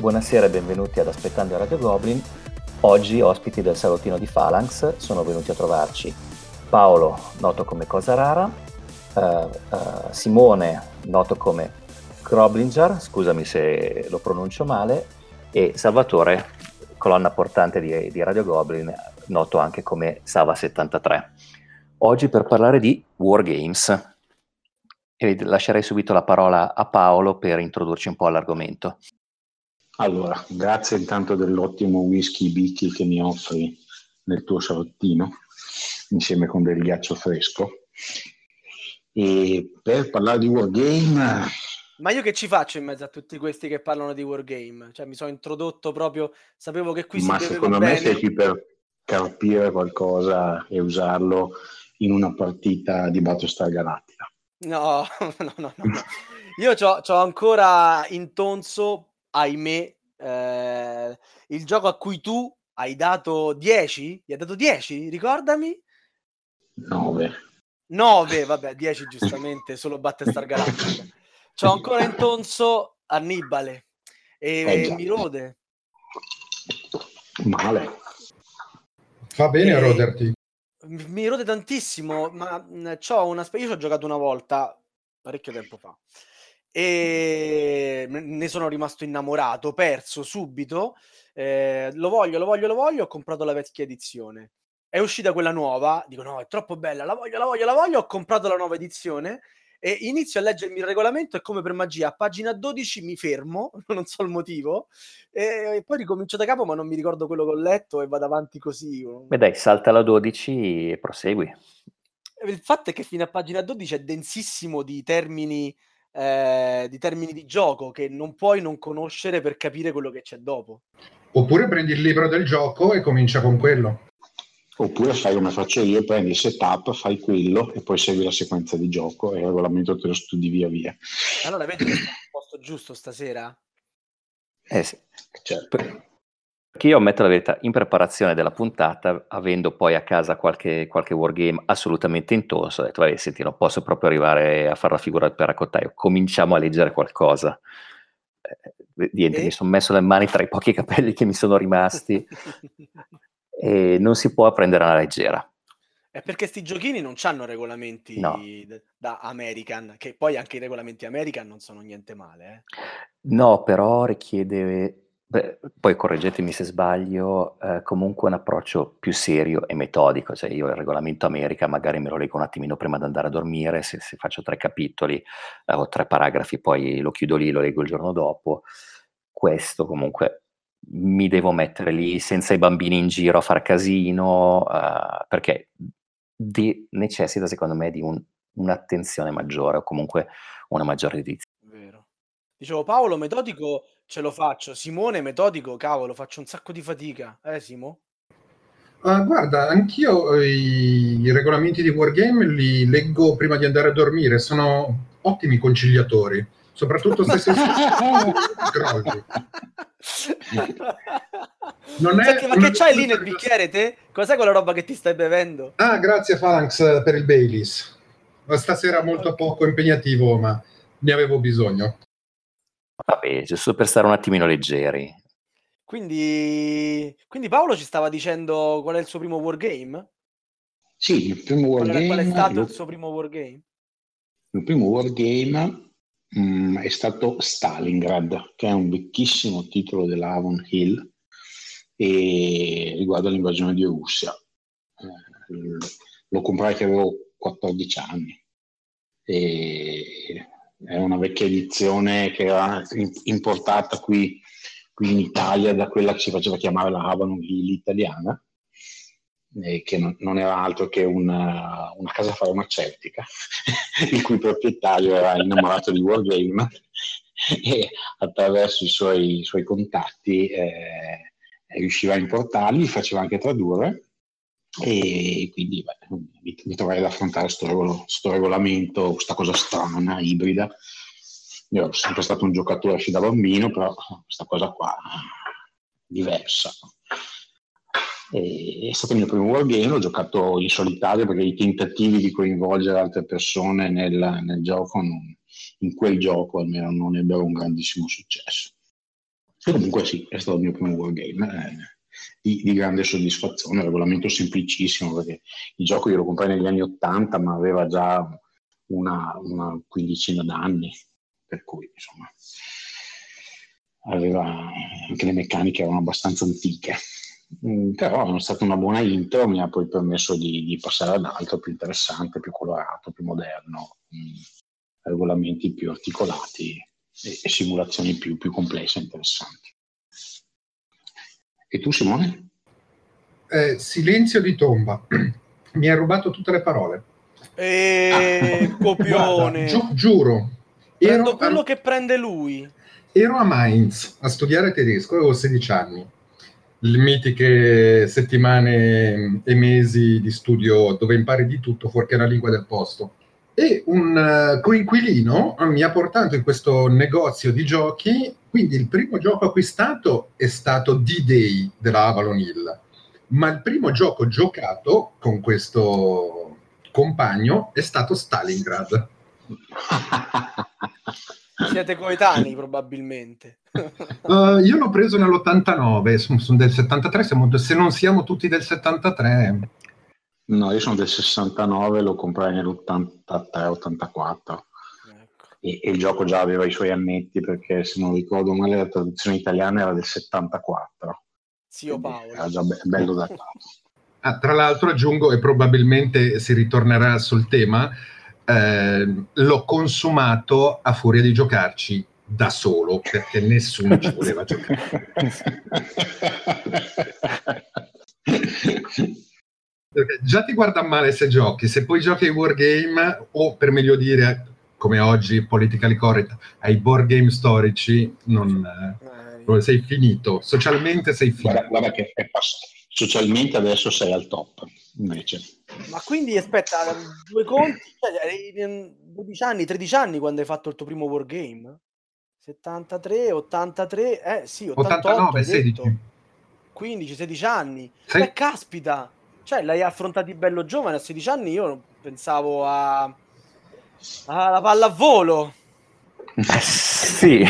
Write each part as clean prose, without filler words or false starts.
Buonasera e benvenuti ad Aspettando Radio Goblin. Oggi ospiti del salottino di Phalanx sono venuti a trovarci Paolo, noto come Cosa Rara, Simone, noto come Groblinger, scusami se lo pronuncio male, e Salvatore, colonna portante di Radio Goblin, noto anche come Sava73. Oggi per parlare di Wargames. E lascerei subito la parola a Paolo per introdurci un po' all'argomento. Allora, grazie intanto dell'ottimo whisky Bichi che mi offri nel tuo salottino, insieme con del ghiaccio fresco. E per parlare di Wargame... Ma io che ci faccio in mezzo a tutti questi che parlano di Wargame? Cioè mi sono introdotto proprio, sapevo che qui si beveva secondo bene. Me sei qui per carpire qualcosa e usarlo in una partita di Battlestar Galactica. No. Io c'ho ancora intonso, ahimè, il gioco a cui tu hai dato 10? Gli hai dato 10? Ricordami? 9, vabbè, 10 giustamente, solo Battlestar Galactica. C'ho ancora intonso Annibale e mi rode. Male. Fa bene a roderti. Mi rode tantissimo, ma io ci ho giocato una volta, parecchio tempo fa, e ne sono rimasto innamorato, perso subito, lo voglio, ho comprato la vecchia edizione. È uscita quella nuova, dico no, è troppo bella, la voglio, ho comprato la nuova edizione e inizio a leggermi il regolamento e come per magia a pagina 12 mi fermo, non so il motivo, e poi ricomincio da capo ma non mi ricordo quello che ho letto e vado avanti così. Beh dai, salta la 12 e prosegui. Il fatto è che fino a pagina 12 è densissimo di termini di gioco che non puoi non conoscere per capire quello che c'è dopo. Oppure prendi il libro del gioco e comincia con quello. Oppure fai come faccio io, prendi il setup, fai quello e poi segui la sequenza di gioco e il regolamento te lo studi via via. Allora vedi che sono al posto giusto stasera? Sì. Certo. Perché io ammetto la verità, in preparazione della puntata, avendo poi a casa qualche wargame assolutamente intonso, ho detto, vabbè, senti, non posso proprio arrivare a fare la figura del terracottaio, cominciamo a leggere qualcosa. Niente, mi sono messo le mani tra i pochi capelli che mi sono rimasti e non si può prendere alla leggera. È perché sti giochini non c'hanno regolamenti da American, che poi anche i regolamenti American non sono niente male. No, però richiede, poi correggetemi se sbaglio, comunque un approccio più serio e metodico. Cioè io il regolamento America magari me lo leggo un attimino prima di andare a dormire, se faccio 3 capitoli o 3 paragrafi, poi lo chiudo lì, lo leggo il giorno dopo. Questo comunque mi devo mettere lì senza i bambini in giro a far casino, perché necessita secondo me di un'attenzione maggiore o comunque una maggiore dedizione. Vero. Dicevo, Paolo metodico ce lo faccio, Simone metodico, cavolo, faccio un sacco di fatica, Simo? Guarda, anch'io i regolamenti di Wargame li leggo prima di andare a dormire, sono ottimi conciliatori, soprattutto se sei crolli. Senti, ma che c'hai lì nel bicchiere te? Cos'è quella roba che ti stai bevendo? Ah, grazie Phalanx per il Baileys. Stasera molto poco impegnativo, ma ne avevo bisogno. Vabbè, giusto per stare un attimino leggeri. Quindi Paolo ci stava dicendo qual è il suo primo wargame? Sì, il primo wargame... Qual è stato il suo primo wargame? Il primo wargame è stato Stalingrad, che è un vecchissimo titolo della Avon Hill e riguarda l'invasione di Russia. Lo comprai che avevo 14 anni e è una vecchia edizione che era importata qui in Italia da quella che si faceva chiamare la Avon Hill italiana, che non era altro che una casa farmaceutica il cui proprietario era innamorato di Wargame e attraverso i suoi contatti riusciva a importarli, li faceva anche tradurre e quindi mi trovai ad affrontare sto regolamento, questa cosa strana, ibrida. Io ero sempre stato un giocatore fin da bambino, però questa cosa qua diversa. È stato il mio primo wargame, l'ho giocato in solitario perché i tentativi di coinvolgere altre persone nel gioco, in quel gioco almeno, non ebbero un grandissimo successo. Sì, comunque sì, è stato il mio primo wargame, di grande soddisfazione, un regolamento semplicissimo, perché il gioco io lo comprai negli anni '80, ma aveva già una quindicina d'anni, per cui insomma aveva anche le meccaniche erano abbastanza antiche. Però è stata una buona intro, mi ha poi permesso di passare ad altro più interessante, più colorato, più moderno, regolamenti più articolati e simulazioni più complesse e interessanti. E tu, Simone? Silenzio di tomba. Mi ha rubato tutte le parole. Copione. Guarda, giuro. Prendo quello che prende lui. Ero a Mainz a studiare tedesco, avevo 16 anni. Le mitiche settimane e mesi di studio dove impari di tutto fuorché la lingua del posto. E un coinquilino mi ha portato in questo negozio di giochi, quindi il primo gioco acquistato è stato D-Day della Avalon Hill, ma il primo gioco giocato con questo compagno è stato Stalingrad. Siete coetanei probabilmente. Io l'ho preso nell'89, sono del 73, se non siamo tutti del 73. No, io sono del 69, lo comprai nell'83-84 Ecco. e il gioco già aveva i suoi annetti, perché se non ricordo male la traduzione italiana era del 74. Zio Paolo. Era già bello datato. Tra l'altro aggiungo, e probabilmente si ritornerà sul tema, l'ho consumato a furia di giocarci da solo, perché nessuno ci voleva giocare. Perché già ti guarda male se giochi, se poi giochi ai wargame, o per meglio dire, come oggi, politically correct, ai board game storici, non sei finito. Socialmente sei finito. Guarda che è passato. Socialmente adesso sei al top, invece. Ma quindi aspetta, due conti, 12 anni, 13 anni quando hai fatto il tuo primo wargame? 73, 83, sì, 88, 89, hai 16. detto. 15, 16 anni. Sì. Beh, caspita! Cioè, l'hai affrontati bello giovane, a 16 anni io pensavo alla pallavolo. Sì.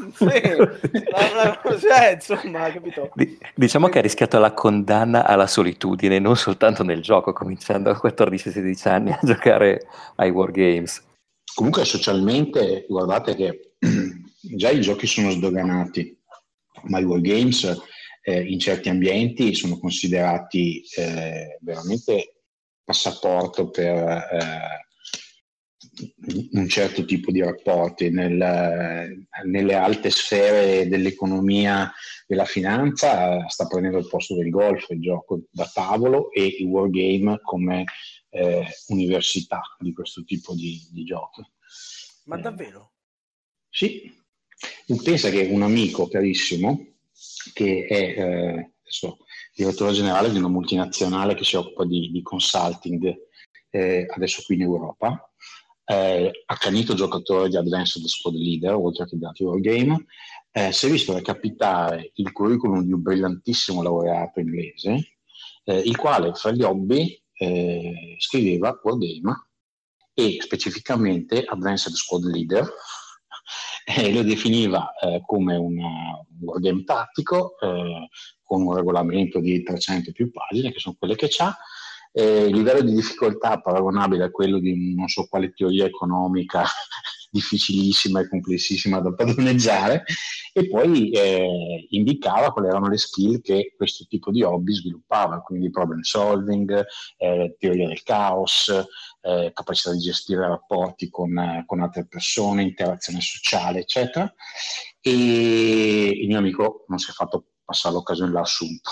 Insomma, capito? Diciamo che ha rischiato la condanna alla solitudine, non soltanto nel gioco, cominciando a 14-16 anni a giocare ai wargames. Comunque socialmente, guardate che già i giochi sono sdoganati, ma i wargames in certi ambienti sono considerati veramente passaporto per un certo tipo di rapporti. Nelle alte sfere dell'economia, della finanza, sta prendendo il posto del golf, il gioco da tavolo, e il wargame come università di questo tipo di giochi. Ma davvero? Sì. Pensa che un amico carissimo, che è adesso direttore generale di una multinazionale che si occupa di consulting adesso qui in Europa, accanito giocatore di Advanced Squad Leader, oltre che di Wargame, si è visto recapitare il curriculum di un brillantissimo laureato inglese, il quale fra gli hobby scriveva Wargame e specificamente Advanced Squad Leader, lo definiva come un wargame tattico con un regolamento di 300 più pagine, che sono quelle che c'ha, livello di difficoltà paragonabile a quello di non so quale teoria economica difficilissima e complessissima da padroneggiare, e poi indicava quali erano le skill che questo tipo di hobby sviluppava, quindi problem solving, teoria del caos, capacità di gestire rapporti con altre persone, interazione sociale, eccetera. E il mio amico non si è fatto passare l'occasione, l'ha assunto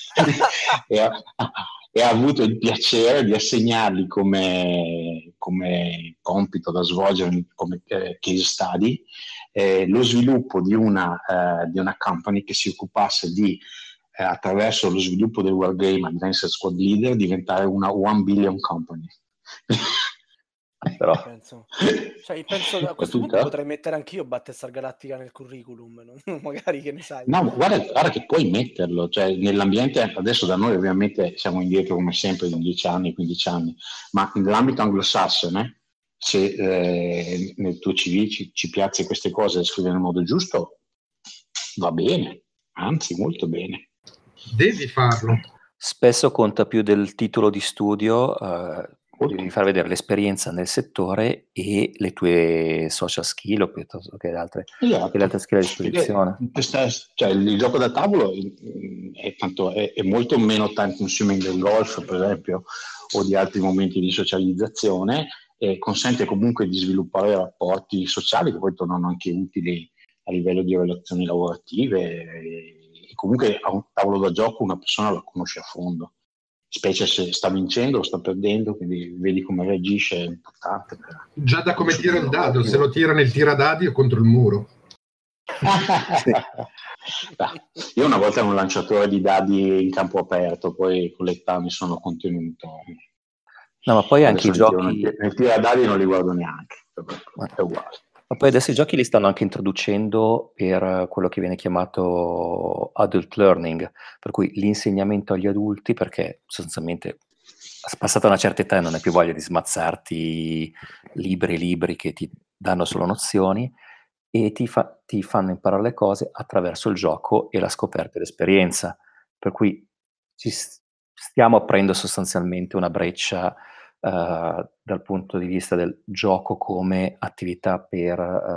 e ha avuto il piacere di assegnargli come compito da svolgere come case study lo sviluppo di una company che si occupasse di attraverso lo sviluppo del wargame Advanced Squad Leader diventare una 1 billion company. Però penso a questo punto potrei mettere anch'io Battlestar Galactica nel curriculum, no? Magari, che ne sai. No, guarda che puoi metterlo, cioè nell'ambiente, adesso da noi ovviamente siamo indietro come sempre di 10 anni, 15 anni, ma nell'ambito anglosassone, se nel tuo CV ci piazzi queste cose e le scrivi nel modo giusto, Va bene, anzi molto bene. Devi farlo. Spesso conta più del titolo di studio, devi far vedere l'esperienza nel settore e le tue social skill o piuttosto che le altre skill a disposizione. Cioè, il gioco da tavolo è molto meno time consuming del golf, per esempio, o di altri momenti di socializzazione, e consente comunque di sviluppare rapporti sociali che poi tornano anche utili a livello di relazioni lavorative, e comunque a un tavolo da gioco una persona la conosce a fondo, specie se sta vincendo o sta perdendo, quindi vedi come reagisce, è importante. Già da come tira il dado, se lo tira nel tiradadi o contro il muro. Io una volta ero un lanciatore di dadi in campo aperto, poi con l'età mi sono contenuto. No, ma poi anche i giochi... Nel tiradadi non li guardo neanche, è uguale. Ma poi adesso i giochi li stanno anche introducendo per quello che viene chiamato adult learning, per cui l'insegnamento agli adulti, perché sostanzialmente passata una certa età non hai più voglia di smazzarti libri che ti danno solo nozioni, e ti fanno imparare le cose attraverso il gioco e la scoperta e l'esperienza. Per cui stiamo aprendo sostanzialmente una breccia dal punto di vista del gioco come attività per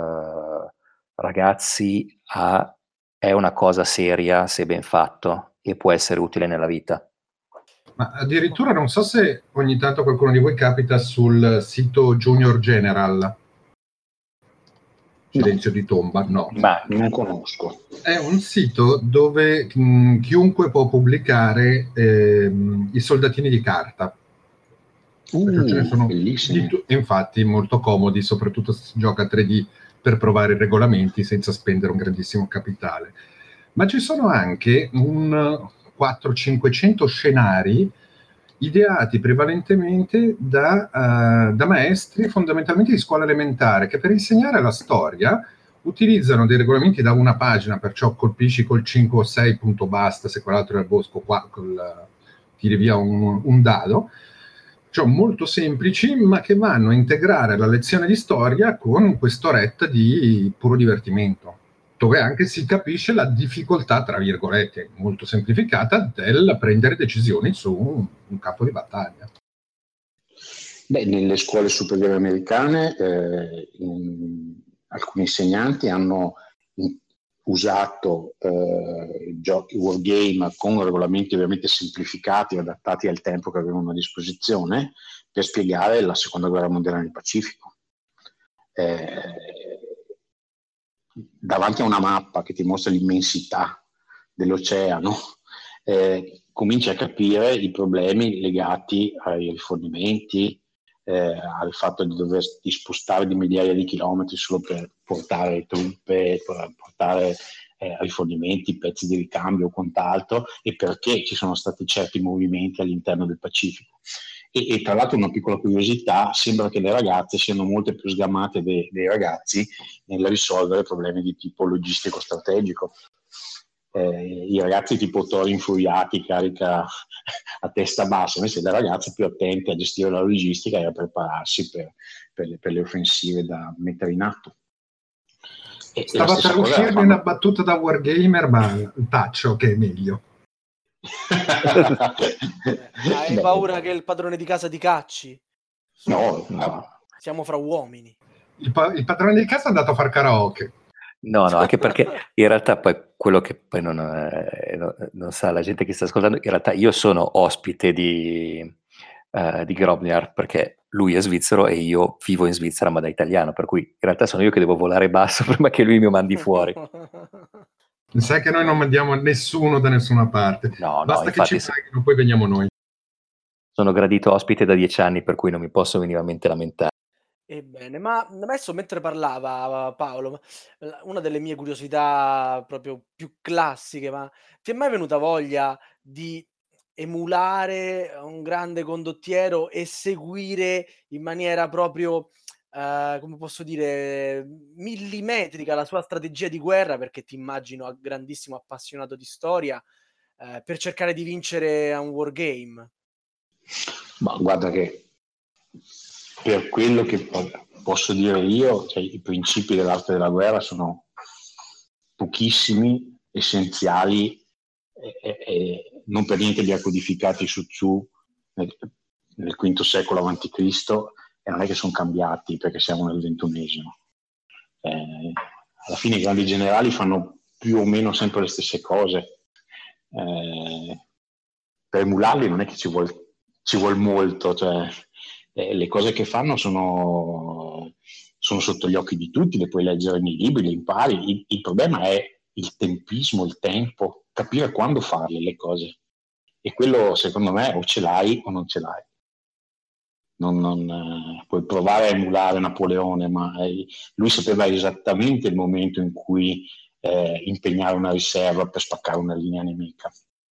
ragazzi, è una cosa seria se ben fatto e può essere utile nella vita. Ma addirittura non so se ogni tanto qualcuno di voi capita sul sito Junior General. Silenzio di tomba, no. Ma non conosco. È un sito dove chiunque può pubblicare i soldatini di carta. Ce ne sono infatti molto comodi, soprattutto se si gioca a 3D, per provare i regolamenti senza spendere un grandissimo capitale. Ma ci sono anche un 400-500 scenari ideati prevalentemente da maestri fondamentalmente di scuola elementare, che per insegnare la storia utilizzano dei regolamenti da una pagina, perciò colpisci col 5 o 6 punto basta, se quell'altro è il bosco, qua tiri via un dado, cioè molto semplici, ma che vanno a integrare la lezione di storia con quest'oretta di puro divertimento, dove anche si capisce la difficoltà, tra virgolette, molto semplificata, del prendere decisioni su un campo di battaglia. Beh, nelle scuole superiori americane alcuni insegnanti hanno usato giochi wargame con regolamenti ovviamente semplificati, adattati al tempo che avevano a disposizione, per spiegare la seconda guerra mondiale nel Pacifico. Davanti a una mappa che ti mostra l'immensità dell'oceano, cominci a capire i problemi legati ai rifornimenti, al fatto di doverti spostare di migliaia di chilometri solo per portare truppe, per portare rifornimenti, pezzi di ricambio o quant'altro, e perché ci sono stati certi movimenti all'interno del Pacifico. E tra l'altro, una piccola curiosità, sembra che le ragazze siano molto più sgamate dei ragazzi nel risolvere problemi di tipo logistico strategico. I ragazzi tipo tori infuriati, carica a testa bassa, invece le ragazze più attente a gestire la logistica e a prepararsi per le offensive da mettere in atto. Stava per uscirmi una battuta da Wargamer, ma taccio che è meglio. Hai paura che il padrone di casa ti cacci? No. Siamo fra uomini. Il padrone di casa è andato a far karaoke. No, anche perché in realtà poi quello che poi non sa la gente che sta ascoltando, in realtà io sono ospite di Grobniar, perché lui è svizzero e io vivo in Svizzera ma da italiano, per cui in realtà sono io che devo volare basso prima che lui mi mandi fuori. Sai che noi non mandiamo nessuno da nessuna parte, basta che ci paghino, poi veniamo noi. Sono gradito ospite da 10 anni, per cui non mi posso minimamente lamentare. Ebbene, ma adesso mentre parlava Paolo, una delle mie curiosità proprio più classiche, ma ti è mai venuta voglia di emulare un grande condottiero e seguire in maniera proprio, come posso dire, millimetrica la sua strategia di guerra, perché ti immagino a grandissimo appassionato di storia, per cercare di vincere a un wargame? Ma guarda che per quello che posso dire io, cioè, i principi dell'arte della guerra sono pochissimi, essenziali, e non per niente li ha codificati Sun Tzu nel V secolo a.C., e non è che sono cambiati perché siamo nel XXI. Alla fine i grandi generali fanno più o meno sempre le stesse cose. Per emularli non è che ci vuol molto, cioè, le cose che fanno sono sotto gli occhi di tutti, le puoi leggere nei libri, le impari. Il problema è il tempismo, il tempo, capire quando farle le cose. E quello, secondo me, o ce l'hai o non ce l'hai. Non puoi provare a emulare Napoleone, ma lui sapeva esattamente il momento in cui impegnare una riserva per spaccare una linea nemica.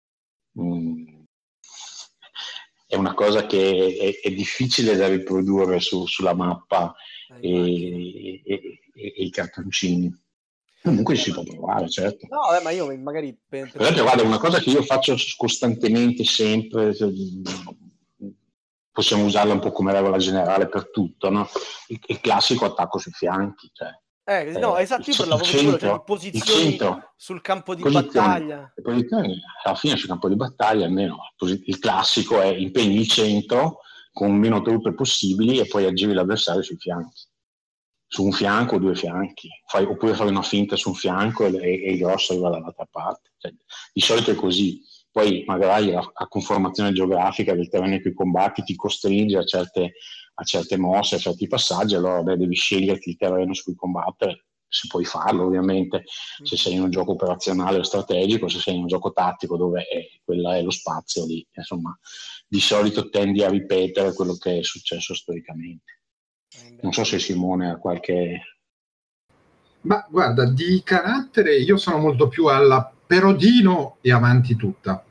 È una cosa che è difficile da riprodurre sulla mappa e i cartoncini. Comunque si può provare, certo. No, ma io magari... Per esempio, guarda, una cosa che io faccio costantemente, sempre, possiamo usarla un po' come regola generale per tutto, no? Il classico attacco sui fianchi. Cioè, no, esatto, io parlavo proprio di quello, cioè di posizioni sul campo di battaglia. Alla fine sul campo di battaglia, almeno, il classico è impegni il centro con meno truppe possibili e poi aggiri l'avversario sui fianchi. Su un fianco o due fianchi, oppure fare una finta su un fianco e il grosso arriva dall'altra parte. Cioè, di solito è così. Poi magari la conformazione geografica del terreno in cui combatti ti costringe a certe mosse, a certi passaggi, allora devi sceglierti il terreno su cui combattere, se puoi farlo ovviamente, se sei in un gioco operazionale o strategico, se sei in un gioco tattico dove quella è lo spazio lì, insomma, di solito tendi a ripetere quello che è successo storicamente. Non so se Simone ha qualche... Ma guarda, di carattere io sono molto più alla Perodino e avanti tutta.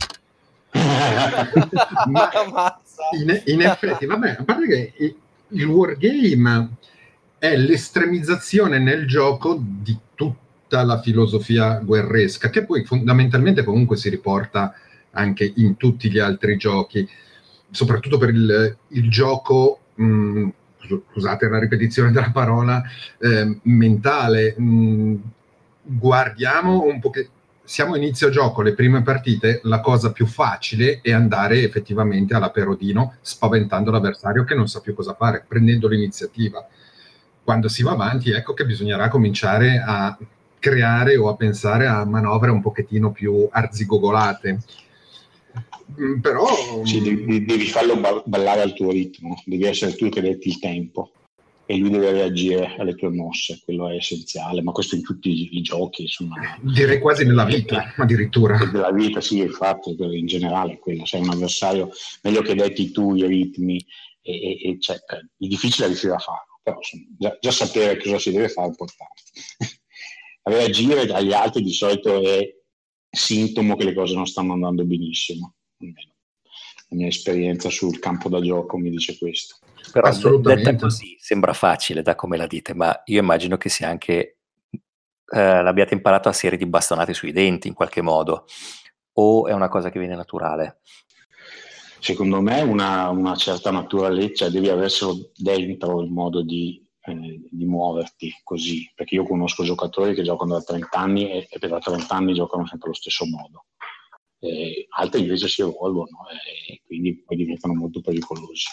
Ma in effetti, vabbè, a parte che il wargame è l'estremizzazione nel gioco di tutta la filosofia guerresca, che poi fondamentalmente comunque si riporta anche in tutti gli altri giochi, soprattutto per il gioco, scusate la ripetizione della parola, mentale. Guardiamo un po' che siamo a inizio gioco, le prime partite, la cosa più facile è andare effettivamente alla Perodino, spaventando l'avversario che non sa più cosa fare, prendendo l'iniziativa. Quando si va avanti, ecco che bisognerà cominciare a creare o a pensare a manovre un pochettino più arzigogolate. Però sì, devi farlo ballare al tuo ritmo, devi essere tu che detti il tempo e lui deve reagire alle tue mosse, quello è essenziale, ma questo in tutti i giochi, insomma. Direi quasi nella vita, addirittura. Nella vita, sì, infatti, in generale, quello, sei un avversario, meglio che detti tu i ritmi, cioè, è difficile riuscire a farlo, però insomma, già sapere cosa si deve fare è importante. Reagire dagli altri di solito è sintomo che le cose non stanno andando benissimo. La mia esperienza sul campo da gioco mi dice questo. Però detta così sembra facile da come la dite, ma io immagino che sia anche l'abbiate imparato a serie di bastonate sui denti in qualche modo, o è una cosa che viene naturale? Secondo me una certa naturalezza, devi averlo dentro il modo di muoverti così, perché io conosco giocatori che giocano da 30 anni e per da 30 anni giocano sempre allo stesso modo. Altri invece si evolvono e quindi poi diventano molto pericolosi.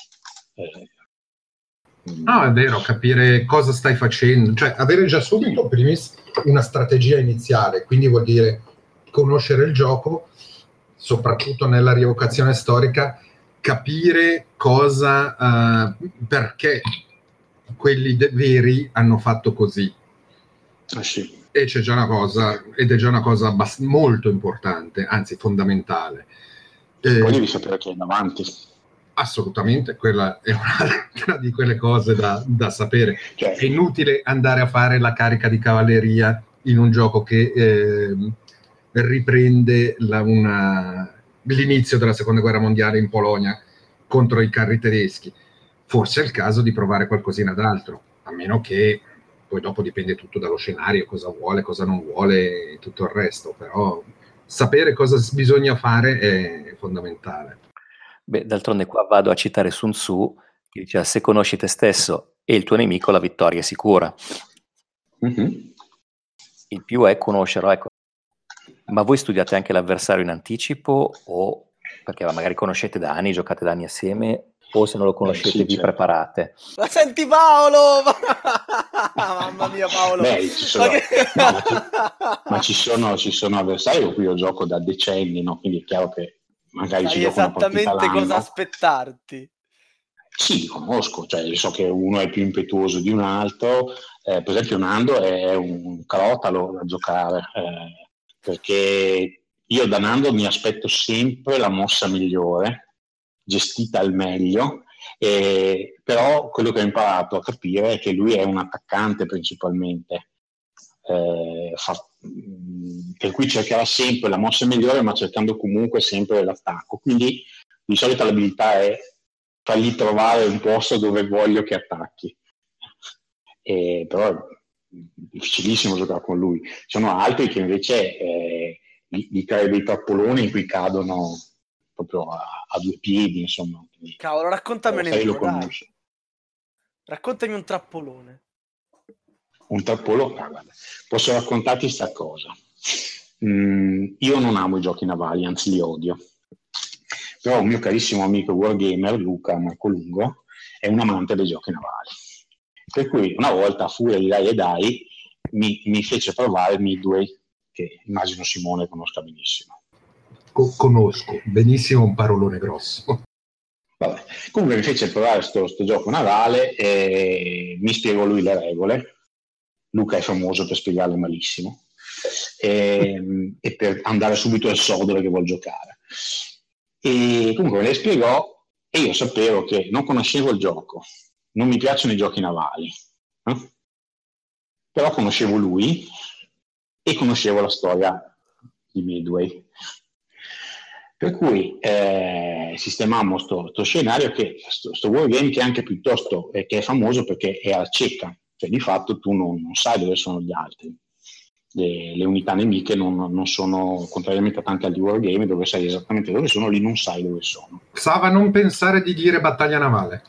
No, è vero, capire cosa stai facendo, cioè avere già subito una strategia iniziale, quindi vuol dire conoscere il gioco, soprattutto nella rievocazione storica, capire cosa, perché quelli veri hanno fatto così. Sì. E c'è già una cosa, ed è già una cosa molto importante, anzi fondamentale. Poi devi sapere chi è davanti. Assolutamente, quella è una di quelle cose da sapere. Cioè, è inutile andare a fare la carica di cavalleria in un gioco che riprende l'inizio della seconda guerra mondiale in Polonia contro i carri tedeschi. Forse è il caso di provare qualcosina d'altro, a meno che poi dopo dipende tutto dallo scenario, cosa vuole, cosa non vuole e tutto il resto, però sapere cosa bisogna fare è fondamentale. Beh, d'altronde qua vado a citare Sun Tzu, che diceva: se conosci te stesso e il tuo nemico, la vittoria è sicura. Mm-hmm. il più è conoscerlo, ecco. Ma voi studiate anche l'avversario in anticipo, o perché magari conoscete da anni, giocate da anni assieme, o se non lo conoscete sì, vi certo. preparate? Ma senti Paolo! Mamma mia Paolo! Beh, ci sono, Ma che- ma ci sono avversari con cui io gioco da decenni, no? Quindi è chiaro che magari ci Sai gioco una partita esattamente cosa l'anno. aspettarti. Sì, conosco, cioè io so che uno è più impetuoso di un altro, per esempio Nando è un carotalo da giocare, perché io da Nando mi aspetto sempre la mossa migliore, gestita al meglio, però quello che ho imparato a capire è che lui è un attaccante principalmente, per cui cercherà sempre la mossa migliore ma cercando comunque sempre l'attacco, quindi di solito l'abilità è fargli trovare un posto dove voglio che attacchi. Però è difficilissimo giocare con lui. Ci sono altri che invece gli crea dei trappoloni in cui cadono proprio a due piedi, insomma. Quindi, Cavolo, raccontamene lo uno, dai. conosce. Raccontami un trappolone. Un trappolone? Guarda, posso raccontarti questa cosa. Io non amo i giochi navali, anzi li odio. Però un mio carissimo amico wargamer, Luca Marcolungo, è un amante dei giochi navali. Per cui una volta, a furia di dai, mi fece provare Midway, che immagino Simone conosca benissimo. Conosco benissimo, un parolone grosso. Vabbè. Comunque mi fece provare sto gioco navale e mi spiegò lui le regole. Luca è famoso per spiegarle malissimo e per andare subito al sodo che vuol giocare. E comunque me le spiegò e io sapevo che non conoscevo il gioco, non mi piacciono i giochi navali, però conoscevo lui e conoscevo la storia di Midway. Per cui sistemammo sto scenario, che sto wargame che è anche piuttosto che è famoso perché è a cieca, cioè di fatto tu non sai dove sono gli altri. Le unità nemiche non sono, contrariamente a tanti altri wargame dove sai esattamente dove sono, lì non sai dove sono. Xava, non pensare di dire battaglia navale.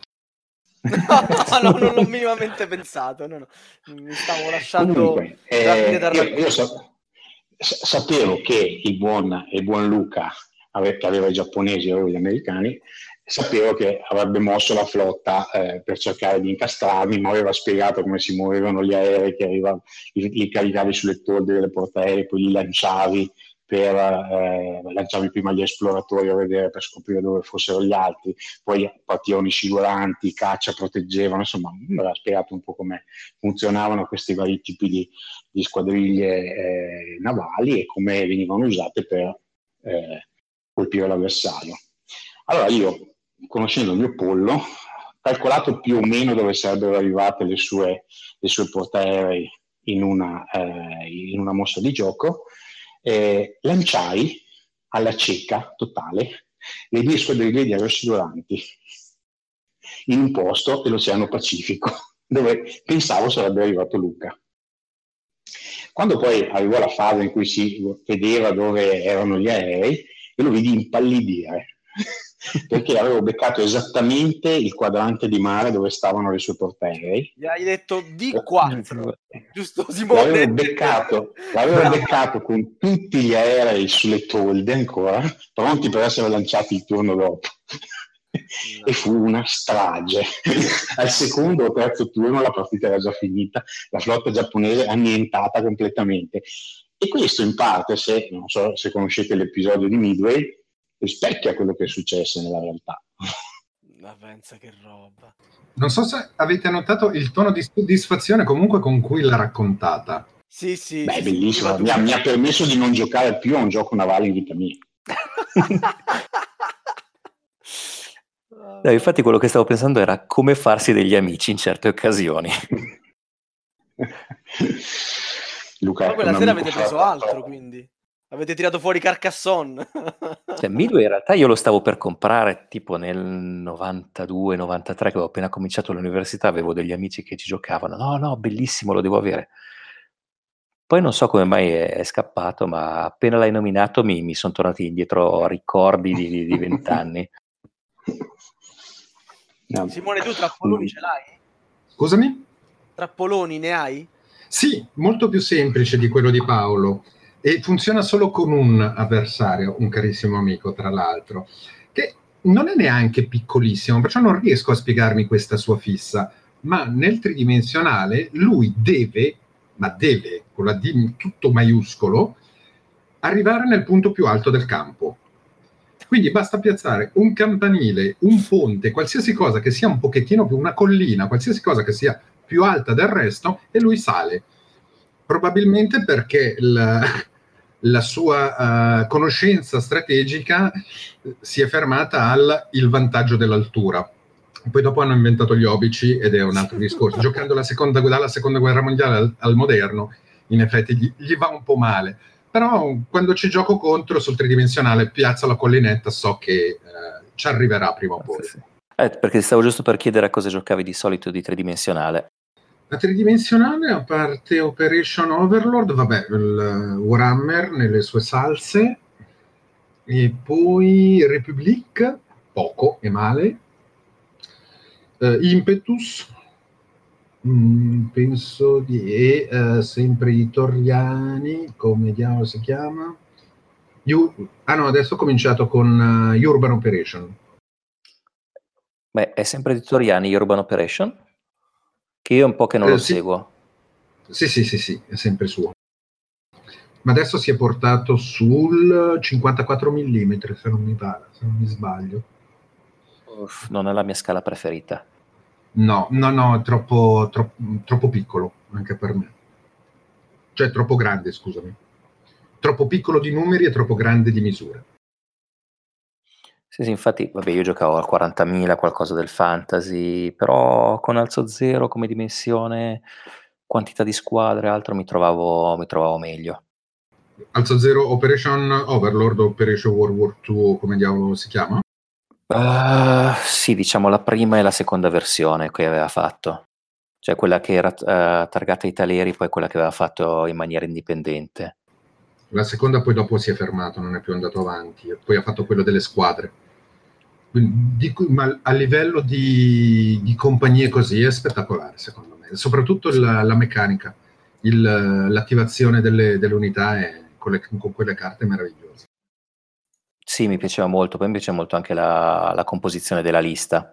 No, non l'ho minimamente pensato. No. Mi stavo lasciando. Comunque, io sapevo che il buon Luca, che aveva i giapponesi e gli americani, sapevo che avrebbe mosso la flotta per cercare di incastrarmi, ma aveva spiegato come si muovevano gli aerei, che li caricavi sulle torri delle portaerei, poi li lanciavi lanciavi prima gli esploratori a vedere, per scoprire dove fossero gli altri, poi partivano i siguranti, caccia, proteggevano, insomma mi aveva spiegato un po' come funzionavano questi vari tipi di squadriglie navali e come venivano usate per colpire l'avversario. Allora io, conoscendo il mio pollo, calcolato più o meno dove sarebbero arrivate le sue portaerei in una mossa di gioco, lanciai alla cieca totale le 2 squadriglie di aerosiguranti in un posto dell'Oceano Pacifico dove pensavo sarebbe arrivato Luca. Quando poi arrivò la fase in cui si vedeva dove erano gli aerei, io lo vidi impallidire perché avevo beccato esattamente il quadrante di mare dove stavano le sue portaerei. Gli hai detto D4, giusto Simone? L'avevo beccato con tutti gli aerei sulle tolde ancora, pronti per essere lanciati il turno dopo. No. E fu una strage. Al secondo o terzo turno la partita era già finita, la flotta giapponese annientata completamente. E questo in parte, non so se conoscete l'episodio di Midway, rispecchia quello che è successo nella realtà. Ma pensa che roba. Non so se avete notato il tono di soddisfazione comunque con cui l'ha raccontata. Sì. Beh, bellissimo. Mi ha permesso di non giocare più a un gioco navale in vita mia. No, infatti quello che stavo pensando era come farsi degli amici in certe occasioni. Luca, ma quella sera avete preso altro, quindi avete tirato fuori Carcassonne. Cioè, Midway in realtà io lo stavo per comprare tipo nel 92-93, che avevo appena cominciato l'università, avevo degli amici che ci giocavano. No, bellissimo, lo devo avere. Poi non so come mai è scappato, ma appena l'hai nominato mi sono tornati indietro ricordi di 20 anni. No. Simone, tu trappoloni ce l'hai? Scusami? Trappoloni ne hai? Sì, molto più semplice di quello di Paolo, e funziona solo con un avversario, un carissimo amico tra l'altro, che non è neanche piccolissimo, perciò non riesco a spiegarmi questa sua fissa, ma nel tridimensionale lui deve, con la D tutto maiuscolo, arrivare nel punto più alto del campo. Quindi basta piazzare un campanile, un ponte, qualsiasi cosa che sia un pochettino più, una collina, qualsiasi cosa che sia più alta del resto, e lui sale. Probabilmente perché la sua conoscenza strategica si è fermata al il vantaggio dell'altura. Poi dopo hanno inventato gli obici ed è un altro discorso. Giocando dalla seconda guerra mondiale al moderno, in effetti gli va un po' male. Però quando ci gioco contro sul tridimensionale, piazzo la collinetta, so che ci arriverà prima o poi. Sì. Perché stavo giusto per chiedere a cosa giocavi di solito di tridimensionale. La tridimensionale, a parte Operation Overlord, vabbè, il Warhammer nelle sue salse, e poi Republic, poco e male, Impetus, penso di... sempre i Torriani, come diavolo si chiama? No, adesso ho cominciato con Urban Operation. Beh, è sempre di Toriani Urban Operation? Che io è un po' che non lo Sì. seguo. Sì, è sempre suo. Ma adesso si è portato sul 54 mm, se non mi sbaglio. Non è la mia scala preferita. No, è troppo piccolo anche per me. Cioè troppo grande, scusami. Troppo piccolo di numeri e troppo grande di misure. Sì, infatti, vabbè, io giocavo al 40.000, qualcosa del fantasy, però con Alzo Zero come dimensione, quantità di squadre e altro mi trovavo meglio. Alzo Zero Operation Overlord, Operation World War II, come diavolo si chiama? Sì, diciamo la prima e la seconda versione che aveva fatto. Cioè quella che era targata ai taleri, poi quella che aveva fatto in maniera indipendente. La seconda poi dopo si è fermato, non è più andato avanti, e poi ha fatto quello delle squadre. Ma a livello di compagnie così è spettacolare, secondo me. Soprattutto la meccanica, l'attivazione delle unità con quelle carte meravigliose. Sì, mi piaceva molto, poi mi piace molto anche la composizione della lista.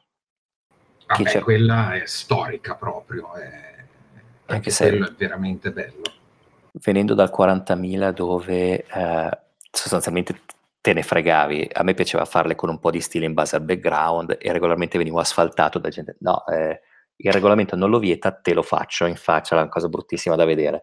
Quella è storica proprio, anche se quello è veramente bello. Venendo dal 40.000 dove sostanzialmente te ne fregavi, a me piaceva farle con un po' di stile in base al background e regolarmente venivo asfaltato da gente, no, il regolamento non lo vieta, te lo faccio in faccia, è una cosa bruttissima da vedere.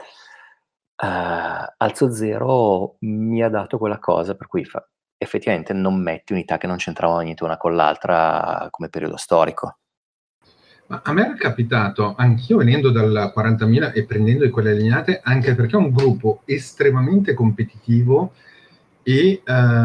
Alzo Zero mi ha dato quella cosa per cui effettivamente non metti unità che non c'entravano niente una con l'altra come periodo storico. Ma a me era capitato, anch'io venendo dal 40.000 e prendendo quelle allineate, anche perché è un gruppo estremamente competitivo e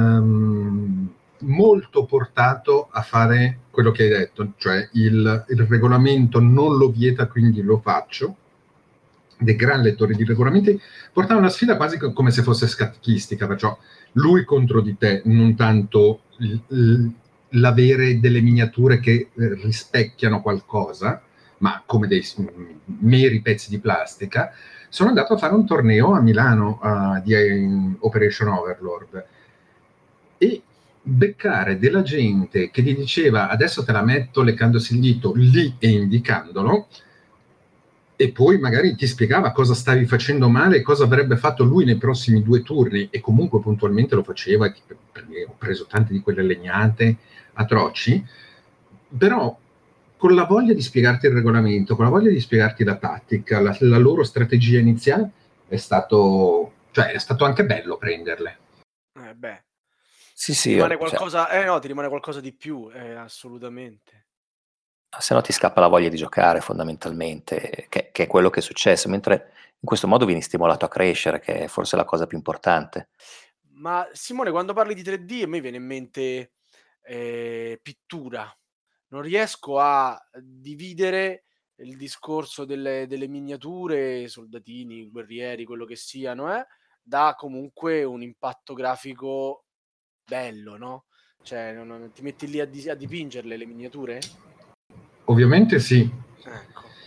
molto portato a fare quello che hai detto, cioè il regolamento non lo vieta, quindi lo faccio. Dei gran lettori di regolamenti, portava una sfida quasi come se fosse scattichistica, perciò lui contro di te, non tanto l'avere delle miniature che rispecchiano qualcosa, ma come dei meri pezzi di plastica. Sono andato a fare un torneo a Milano di Operation Overlord e beccare della gente che gli diceva adesso te la metto leccandosi il dito lì e indicandolo, e poi magari ti spiegava cosa stavi facendo male e cosa avrebbe fatto lui nei prossimi 2 turni, e comunque puntualmente lo faceva, perché ho preso tante di quelle legnate atroci, però con la voglia di spiegarti il regolamento, con la voglia di spiegarti la tattica, la loro strategia iniziale, è stato anche bello prenderle. Sì, ti rimane qualcosa, ti rimane qualcosa di più, assolutamente. Se no ti scappa la voglia di giocare fondamentalmente, che è quello che è successo, mentre in questo modo vieni stimolato a crescere, che è forse la cosa più importante. Ma Simone, quando parli di 3D a me viene in mente pittura. Non riesco a dividere il discorso delle miniature, soldatini, guerrieri, quello che siano, da comunque un impatto grafico bello, no? Cioè, non ti metti lì a dipingerle le miniature? Ovviamente sì. Ecco.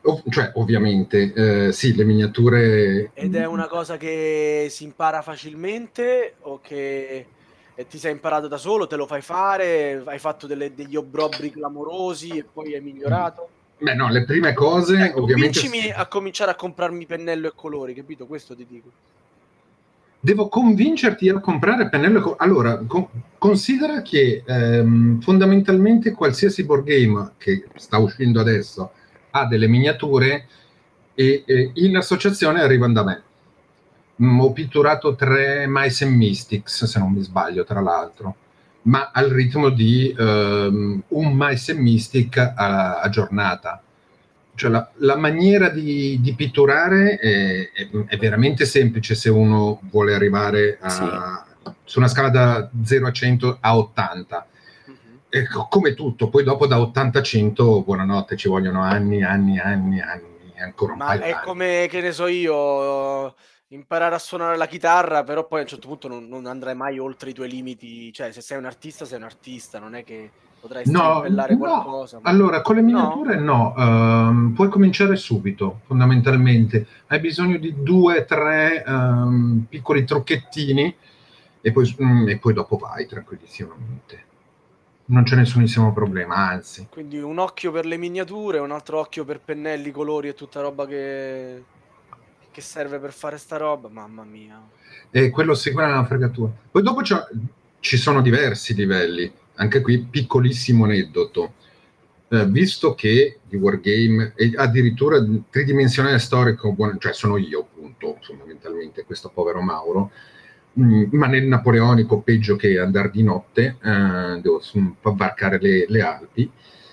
Cioè, ovviamente, sì, le miniature... Ed è una cosa che si impara facilmente o che ti sei imparato da solo, te lo fai fare, hai fatto degli obbrobri clamorosi e poi hai migliorato? Beh, no, le prime cose, ovviamente... Convincimi a cominciare a comprarmi pennello e colori, capito? Questo ti dico. Devo convincerti a comprare pennello. Allora, considera che fondamentalmente qualsiasi board game che sta uscendo adesso ha delle miniature e in associazione arrivano da me. Ho pitturato 3 Mice and Mystics, se non mi sbaglio, tra l'altro, ma al ritmo di un Mice and Mystic a giornata. Cioè la maniera di pitturare è veramente semplice se uno vuole arrivare su una scala da 0 a 100 a 80. Come tutto, poi dopo da 80 a 100, buonanotte, ci vogliono anni, ancora un paio Ma è d'anni. come, che ne so io, imparare a suonare la chitarra, però poi a un certo punto non andrai mai oltre i tuoi limiti. Cioè, se sei un artista, non è che potrai strimpellare qualcosa. Ma... Allora, con le miniature no, puoi cominciare subito, fondamentalmente. Hai bisogno di 2-3 piccoli trucchettini e poi dopo vai tranquillissimamente. Non c'è nessunissimo problema, anzi. Quindi un occhio per le miniature, un altro occhio per pennelli, colori e tutta roba che serve per fare sta roba, mamma mia. E quello sicuramente è una fregatura. Poi dopo ci sono diversi livelli, anche qui piccolissimo aneddoto. Visto che di Wargame è addirittura tridimensionale storico, cioè sono io appunto, fondamentalmente, questo povero Mauro, ma nel napoleonico peggio che andare di notte, devo varcare le Alpi,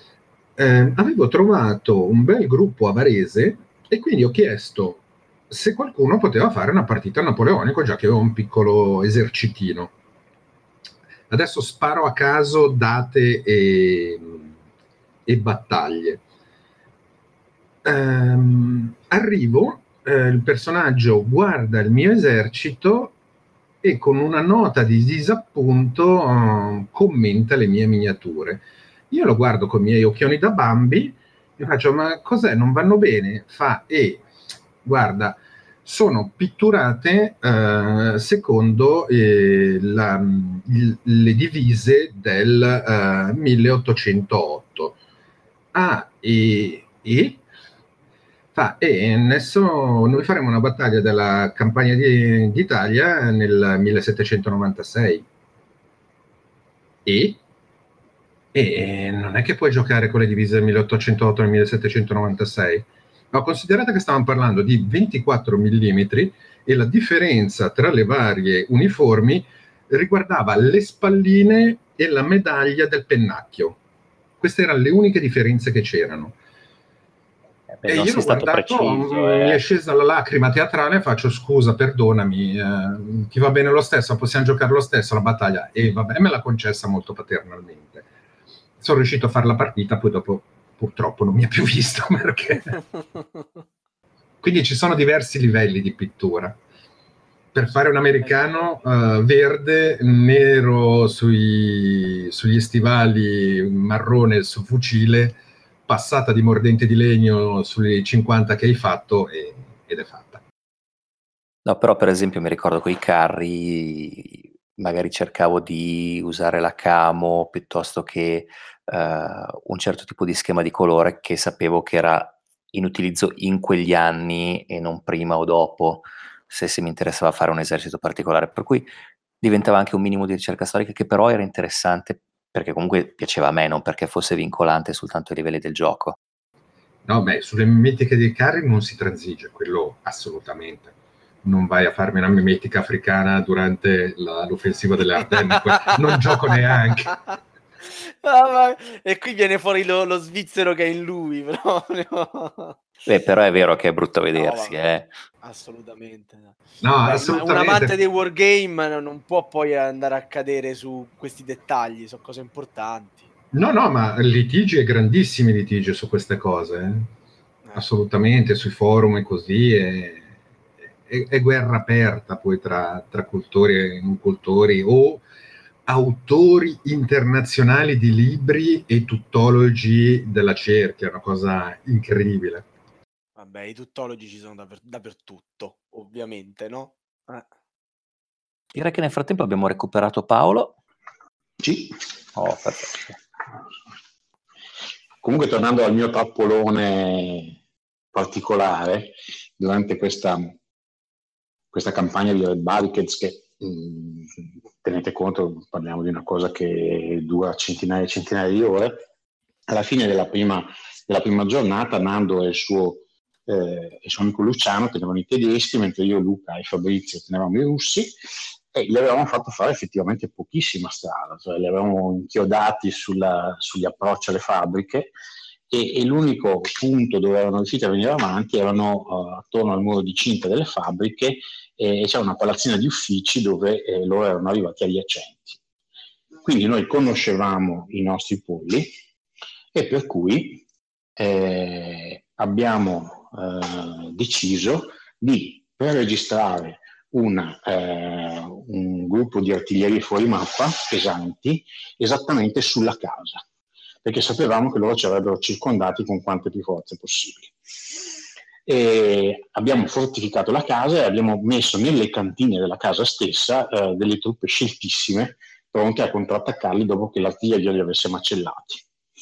avevo trovato un bel gruppo a Varese e quindi ho chiesto se qualcuno poteva fare una partita a napoleonico, già che avevo un piccolo esercitino. Adesso sparo a caso date e battaglie. Arrivo, il personaggio guarda il mio esercito e con una nota di disappunto commenta le mie miniature. Io lo guardo con i miei occhioni da Bambi e faccio: ma cos'è, non vanno bene? Fa: guarda, sono pitturate secondo le divise del 1808. Fa: adesso noi faremo una battaglia della campagna d'Italia nel 1796. E non è che puoi giocare con le divise del 1808 nel 1796. Ma considerate che stavamo parlando di 24 mm e la differenza tra le varie uniformi riguardava le spalline e la medaglia del pennacchio. Queste erano le uniche differenze che c'erano. E io l'ho guardato, mi è scesa la lacrima teatrale e faccio: scusa, perdonami, ti va bene lo stesso, possiamo giocare lo stesso la battaglia? E vabbè, me l'ha concessa molto paternalmente. Sono riuscito a fare la partita, poi dopo purtroppo non mi ha più visto perché... Quindi ci sono diversi livelli di pittura. Per fare un americano verde, nero sugli stivali, marrone sul fucile, passata di mordente di legno sui 50 che hai fatto ed è fatta. No, però per esempio mi ricordo con i carri magari cercavo di usare la camo piuttosto che un certo tipo di schema di colore che sapevo che era in utilizzo in quegli anni e non prima o dopo, se mi interessava fare un esercito particolare, per cui diventava anche un minimo di ricerca storica che però era interessante perché comunque piaceva a me, non perché fosse vincolante soltanto ai livelli del gioco. No, beh, sulle mimetiche dei carri non si transige, quello assolutamente. Non vai a farmi una mimetica africana durante l'offensiva delle Ardenne, non gioco neanche. E qui viene fuori lo svizzero che è in lui proprio. Però è vero che è brutto vedersi, Assolutamente. No, assolutamente. Un amante dei wargame non può poi andare a cadere su questi dettagli, sono cose importanti. No, ma litigi e grandissimi litigi su queste cose, assolutamente, sui forum e così, è guerra aperta poi tra cultori e non cultori, o autori internazionali di libri e tuttologi della cerchia, è una cosa incredibile. Vabbè, i tuttologi ci sono dappertutto, ovviamente, no? Direi che nel frattempo abbiamo recuperato Paolo. Sì. Oh, perfetto. Comunque, tornando al mio trappolone particolare, durante questa campagna di Red Barricades, che tenete conto, parliamo di una cosa che dura centinaia e centinaia di ore, alla fine della prima giornata Nando e il suo amico Luciano tenevano i tedeschi, mentre io, Luca e Fabrizio tenevamo i russi, e gli avevamo fatto fare effettivamente pochissima strada, cioè li avevamo inchiodati sugli approcci alle fabbriche, e l'unico punto dove erano riusciti a venire avanti erano attorno al muro di cinta delle fabbriche, e c'è una palazzina di uffici dove loro erano arrivati adiacenti. Quindi noi conoscevamo i nostri polli, e per cui abbiamo deciso di registrare un gruppo di artiglierie fuori mappa pesanti esattamente sulla casa, perché sapevamo che loro ci avrebbero circondati con quante più forze possibili. E abbiamo fortificato la casa e abbiamo messo nelle cantine della casa stessa delle truppe sceltissime, pronte a contrattaccarli dopo che l'artiglieria li avesse macellati.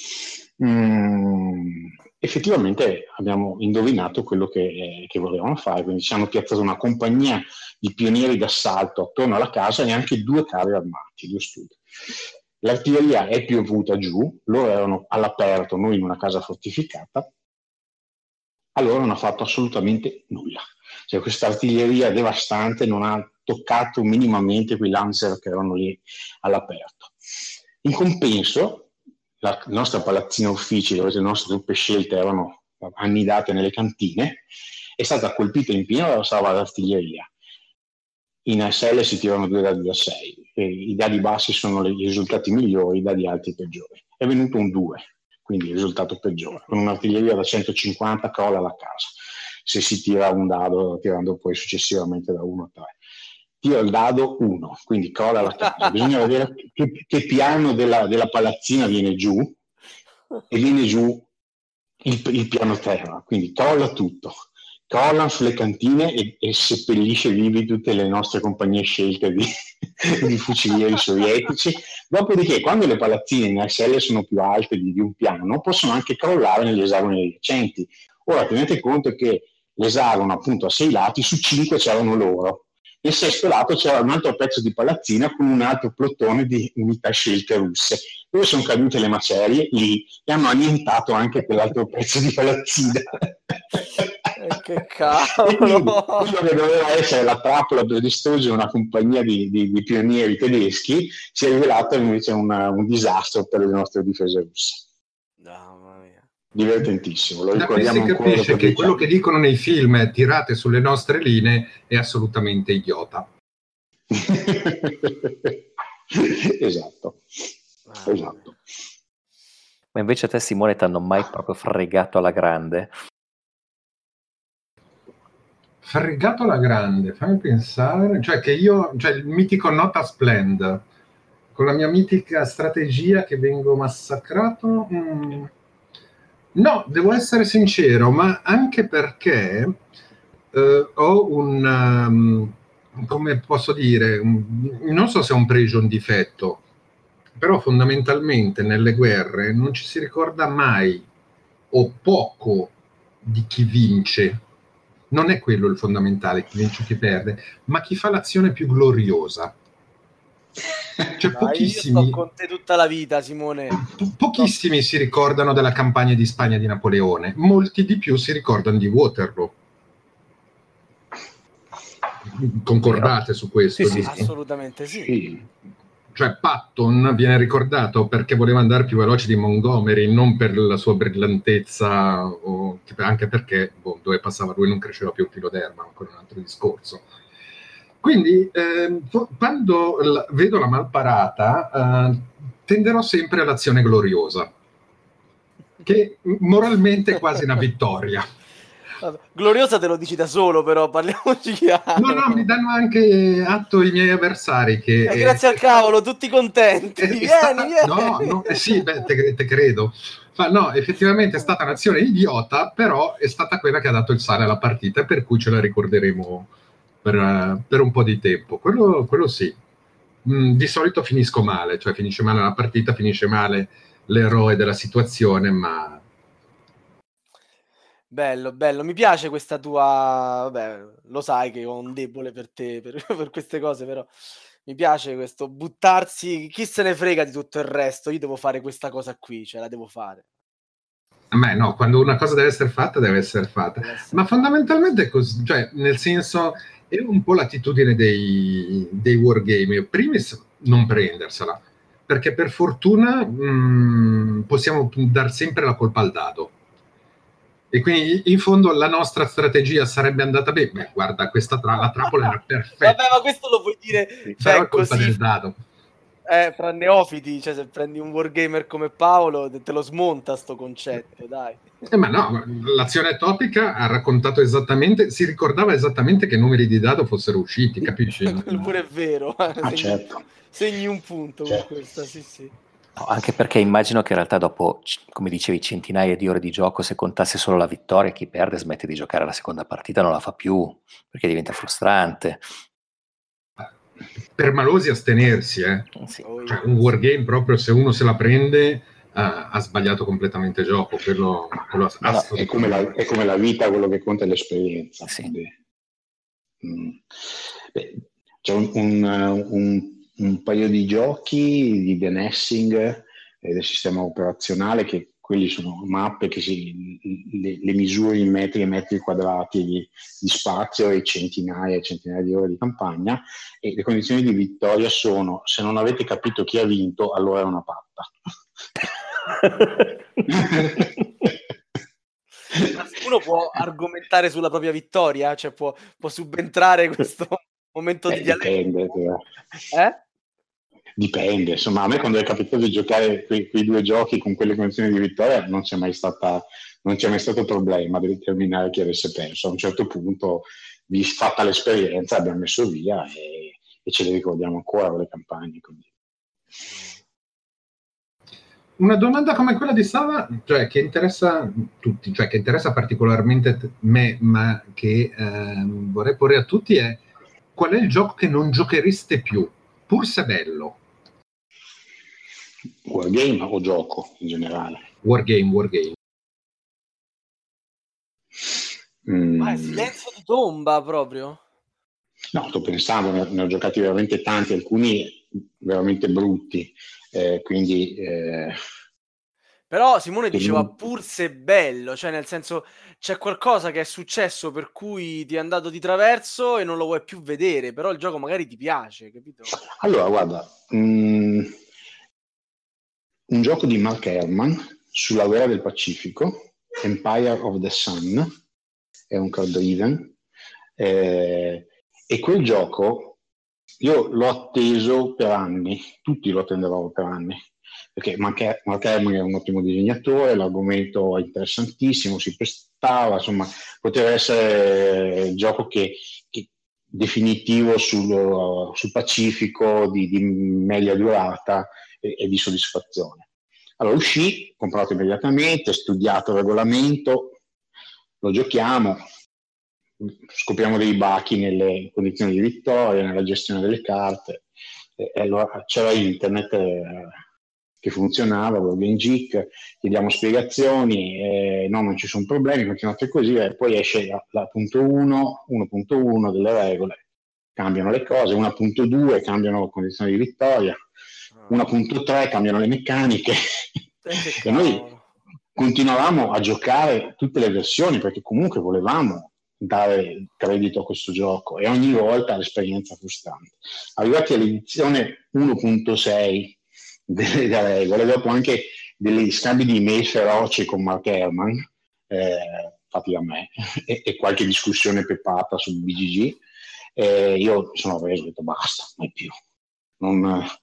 Effettivamente abbiamo indovinato quello che volevano fare, quindi ci hanno piazzato una compagnia di pionieri d'assalto attorno alla casa e anche 2 carri armati, 2 studi. L'artiglieria è piovuta giù, loro erano all'aperto, noi in una casa fortificata. Allora non ha fatto assolutamente nulla. Cioè, questa artiglieria devastante non ha toccato minimamente quei Lancer che erano lì all'aperto. In compenso, la nostra palazzina uffici, dove le nostre truppe scelte erano annidate nelle cantine, è stata colpita in pieno dalla salva d'artiglieria. In ASL si tirano 2 dadi da 6, i dadi bassi sono i risultati migliori, i dadi alti peggiori. È venuto un 2, quindi il risultato peggiore. Con un'artiglieria da 150 crolla la casa, se si tira un dado, tirando poi successivamente da 1 a 3. Tira il dado 1, quindi crolla la casa. Bisogna vedere che piano della palazzina viene giù, e viene giù il piano terra, quindi crolla tutto. Crollano sulle cantine e seppellisce vivi tutte le nostre compagnie scelte di fucilieri sovietici. Dopodiché, quando le palazzine in ASL sono più alte di un piano, possono anche crollare negli esagoni adiacenti. Ora tenete conto che l'esagono appunto a 6 lati, su 5 c'erano loro. Nel 6° lato c'era un altro pezzo di palazzina con un altro plotone di unità scelte russe, dove sono cadute le macerie lì e hanno annientato anche quell'altro pezzo di palazzina. Che cavolo! Quello che doveva essere la trappola per distruggere una compagnia di pionieri tedeschi si è rivelato invece un disastro per le nostre difese russe. Mamma mia. Divertentissimo, lo Da qui ricordiamo si ancora. capisce che quello che dicono nei film tirate sulle nostre linee è assolutamente idiota. Esatto. Ma invece a te, Simone, ti hanno mai proprio fregato alla grande? Fregato alla grande, fammi pensare, cioè il mitico Nota Splend, con la mia mitica strategia che vengo massacrato. No, devo essere sincero, ma anche perché ho come posso dire, non so se è un pregio o un difetto, però fondamentalmente nelle guerre non ci si ricorda mai o poco di chi vince. Non è quello il fondamentale, chi vince o chi perde, ma chi fa l'azione più gloriosa. Cioè, pochissimi, io sto con te tutta la vita, Simone. Pochissimi si ricordano della campagna di Spagna di Napoleone, molti di più si ricordano di Waterloo. Concordate su questo? Sì, assolutamente sì. Cioè Patton viene ricordato perché voleva andare più veloce di Montgomery, non per la sua brillantezza, anche perché dove passava lui non cresceva più un filo d'erba, ma quello è un altro discorso. Quindi quando vedo la malparata tenderò sempre all'azione gloriosa, che moralmente è quasi una vittoria. Vabbè. Gloriosa te lo dici da solo, però parliamoci chiaro. No, mi danno anche atto i miei avversari che... grazie al cavolo, tutti contenti. Vieni. No, sì, te credo. No, effettivamente è stata un'azione idiota, però è stata quella che ha dato il sale alla partita, per cui ce la ricorderemo per un po' di tempo. Quello sì. Di solito finisco male, cioè finisce male la partita, finisce male l'eroe della situazione, ma... Bello, mi piace questa tua... Vabbè, lo sai che ho un debole per te, per queste cose, però mi piace questo buttarsi, chi se ne frega di tutto il resto, io devo fare questa cosa qui, cioè la devo fare. A me no, quando una cosa deve essere fatta, deve essere fatta. Ma fondamentalmente è così, cioè, nel senso, è un po' l'attitudine dei wargame. Primis non prendersela, perché per fortuna possiamo dar sempre la colpa al dado. E quindi in fondo la nostra strategia sarebbe andata bene. Beh, guarda, la trappola era perfetta. Vabbè, ma questo lo puoi dire, cioè, colpa del dado. Fra neofiti, cioè se prendi un wargamer come Paolo te lo smonta sto concetto, dai. Ma no, l'azione topica ha raccontato esattamente, si ricordava esattamente che numeri di dado fossero usciti, capisci? Quello pure è vero. Certo. Segni un punto certo. con questa, sì. No, anche perché immagino che in realtà dopo, come dicevi, centinaia di ore di gioco, se contasse solo la vittoria, chi perde smette di giocare la seconda partita, non la fa più, perché diventa frustrante. Per malosi astenersi, Sì. Cioè, un wargame proprio, se uno se la prende, ha sbagliato completamente gioco. Quello è come la vita, quello che conta è l'esperienza. Sì. C'è un paio di giochi di The Nessing del sistema operazionale, che quelli sono mappe che le misuri in metri e metri quadrati di spazio e centinaia e centinaia di ore di campagna, e le condizioni di vittoria sono: se non avete capito chi ha vinto, allora è una patta. Uno può argomentare sulla propria vittoria, cioè può subentrare questo momento di dialetto. Dipende, insomma, a me quando è capitato di giocare quei due giochi con quelle condizioni di vittoria non c'è mai stato problema di determinare chi avesse perso. A un certo punto, fatta l'esperienza, abbiamo messo via e ce le ricordiamo ancora quelle campagne. Quindi. Una domanda come quella di Sava, cioè che interessa tutti, cioè che interessa particolarmente me, ma che vorrei porre a tutti, è: qual è il gioco che non giochereste più, pur se bello? Wargame o gioco in generale? Wargame. Ma silenzio di tomba proprio? No, sto pensando, ne ho giocati veramente tanti, alcuni veramente brutti, quindi... Però Simone diceva pur se bello, cioè nel senso c'è qualcosa che è successo per cui ti è andato di traverso e non lo vuoi più vedere, però il gioco magari ti piace, capito? Allora, guarda, un gioco di Mark Herman sulla guerra del Pacifico, Empire of the Sun, è un card driven, e quel gioco io l'ho atteso per anni, tutti lo attendevamo per anni, perché Mark Herman è un ottimo disegnatore, l'argomento è interessantissimo, si prestava, insomma, poteva essere il gioco che definitivo sul Pacifico, di media durata e di soddisfazione. Allora uscì, comprato immediatamente, studiato il regolamento, lo giochiamo, scopriamo dei bachi nelle condizioni di vittoria, nella gestione delle carte, e allora c'era internet che funzionava, Wargame Geek, chiediamo spiegazioni, no, non ci sono problemi, continuate così, e poi esce la punto 1.1 delle regole, cambiano le cose, 1.2 cambiano le condizioni di vittoria, 1.3 cambiano le meccaniche, e noi continuavamo a giocare tutte le versioni perché comunque volevamo dare credito a questo gioco, e ogni volta l'esperienza frustrante. Arrivati all'edizione 1.6 delle regole, dopo anche degli scambi di email feroci con Mark Herman, fatti da me, e qualche discussione pepata sul BGG, io sono preso e ho detto basta, mai più, non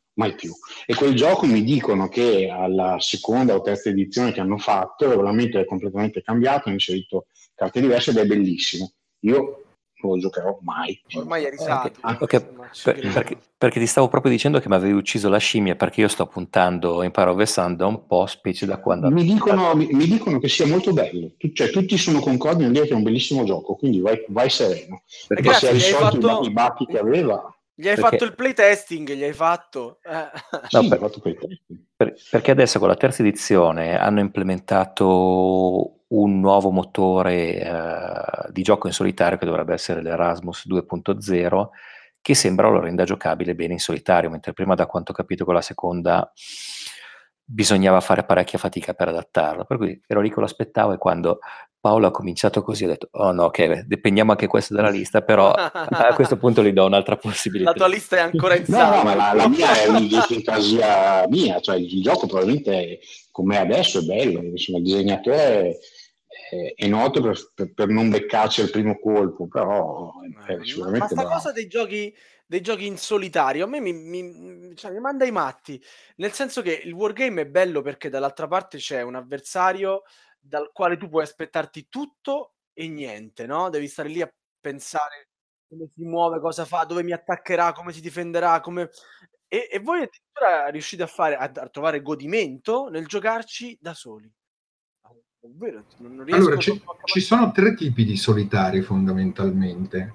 mai più. E quel gioco mi dicono che alla seconda o terza edizione che hanno fatto il regolamento è completamente cambiato, hanno inserito carte diverse ed è bellissimo. Io non lo giocherò mai. Ormai è risato. Perché ti stavo proprio dicendo che mi avevi ucciso la scimmia, perché io sto puntando Empire of the Sun da un po', specie da quando... Mi dicono che sia molto bello, cioè tutti sono concordi nel dire che è un bellissimo gioco, quindi vai sereno, perché se hai risolto i buggy che aveva... Gli hai fatto il playtesting, gli hai fatto... Sì, ho fatto playtesting. Perché adesso con la terza edizione hanno implementato un nuovo motore di gioco in solitario che dovrebbe essere l'Erasmus 2.0, che sembra lo renda giocabile bene in solitario, mentre prima, da quanto ho capito, con la seconda bisognava fare parecchia fatica per adattarlo. Per cui ero lì che lo aspettavo, e quando Paolo ha cominciato così ho detto: oh no, ok, dependiamo anche questo dalla lista, però a questo punto gli do un'altra possibilità. La tua lista è ancora in sala. No, ma la mia è un'idiosincrasia mia, cioè il gioco probabilmente come adesso è bello, insomma, il disegnatore è noto per non beccarci al primo colpo, però è sicuramente ma sta bravo. cosa dei giochi in solitario a me mi manda i matti, nel senso che il wargame è bello perché dall'altra parte c'è un avversario dal quale tu puoi aspettarti tutto e niente, no? Devi stare lì a pensare come si muove, cosa fa, dove mi attaccherà, come si difenderà, come... E voi addirittura riuscite a trovare godimento nel giocarci da soli. Ovvero, non riesco allora, ci sono 3 tipi di solitari fondamentalmente.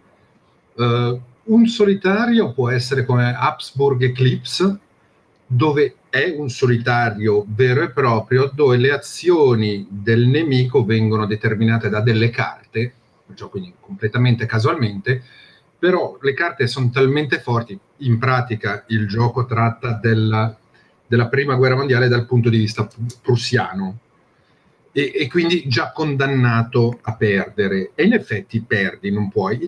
Un solitario può essere come Habsburg Eclipse, dove è un solitario vero e proprio, dove le azioni del nemico vengono determinate da delle carte, cioè quindi completamente casualmente, però le carte sono talmente forti. In pratica il gioco tratta della prima guerra mondiale dal punto di vista prussiano, e quindi già condannato a perdere, e in effetti perdi, non puoi,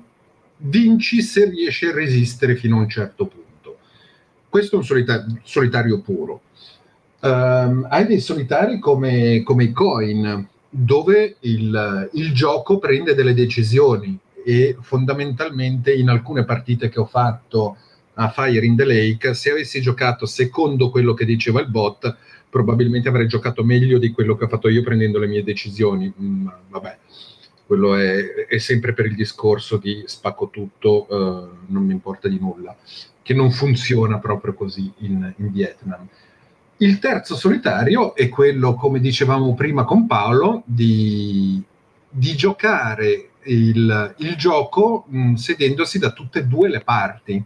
vinci se riesci a resistere fino a un certo punto. Questo è un solitario puro. Hai dei solitari come i coin, dove il gioco prende delle decisioni, e fondamentalmente in alcune partite che ho fatto a Fire in the Lake, se avessi giocato secondo quello che diceva il bot, probabilmente avrei giocato meglio di quello che ho fatto io prendendo le mie decisioni. Vabbè, quello è sempre per il discorso di spacco tutto, non mi importa di nulla, che non funziona proprio così in Vietnam. Il terzo solitario è quello, come dicevamo prima con Paolo, di giocare il gioco sedendosi da tutte e due le parti.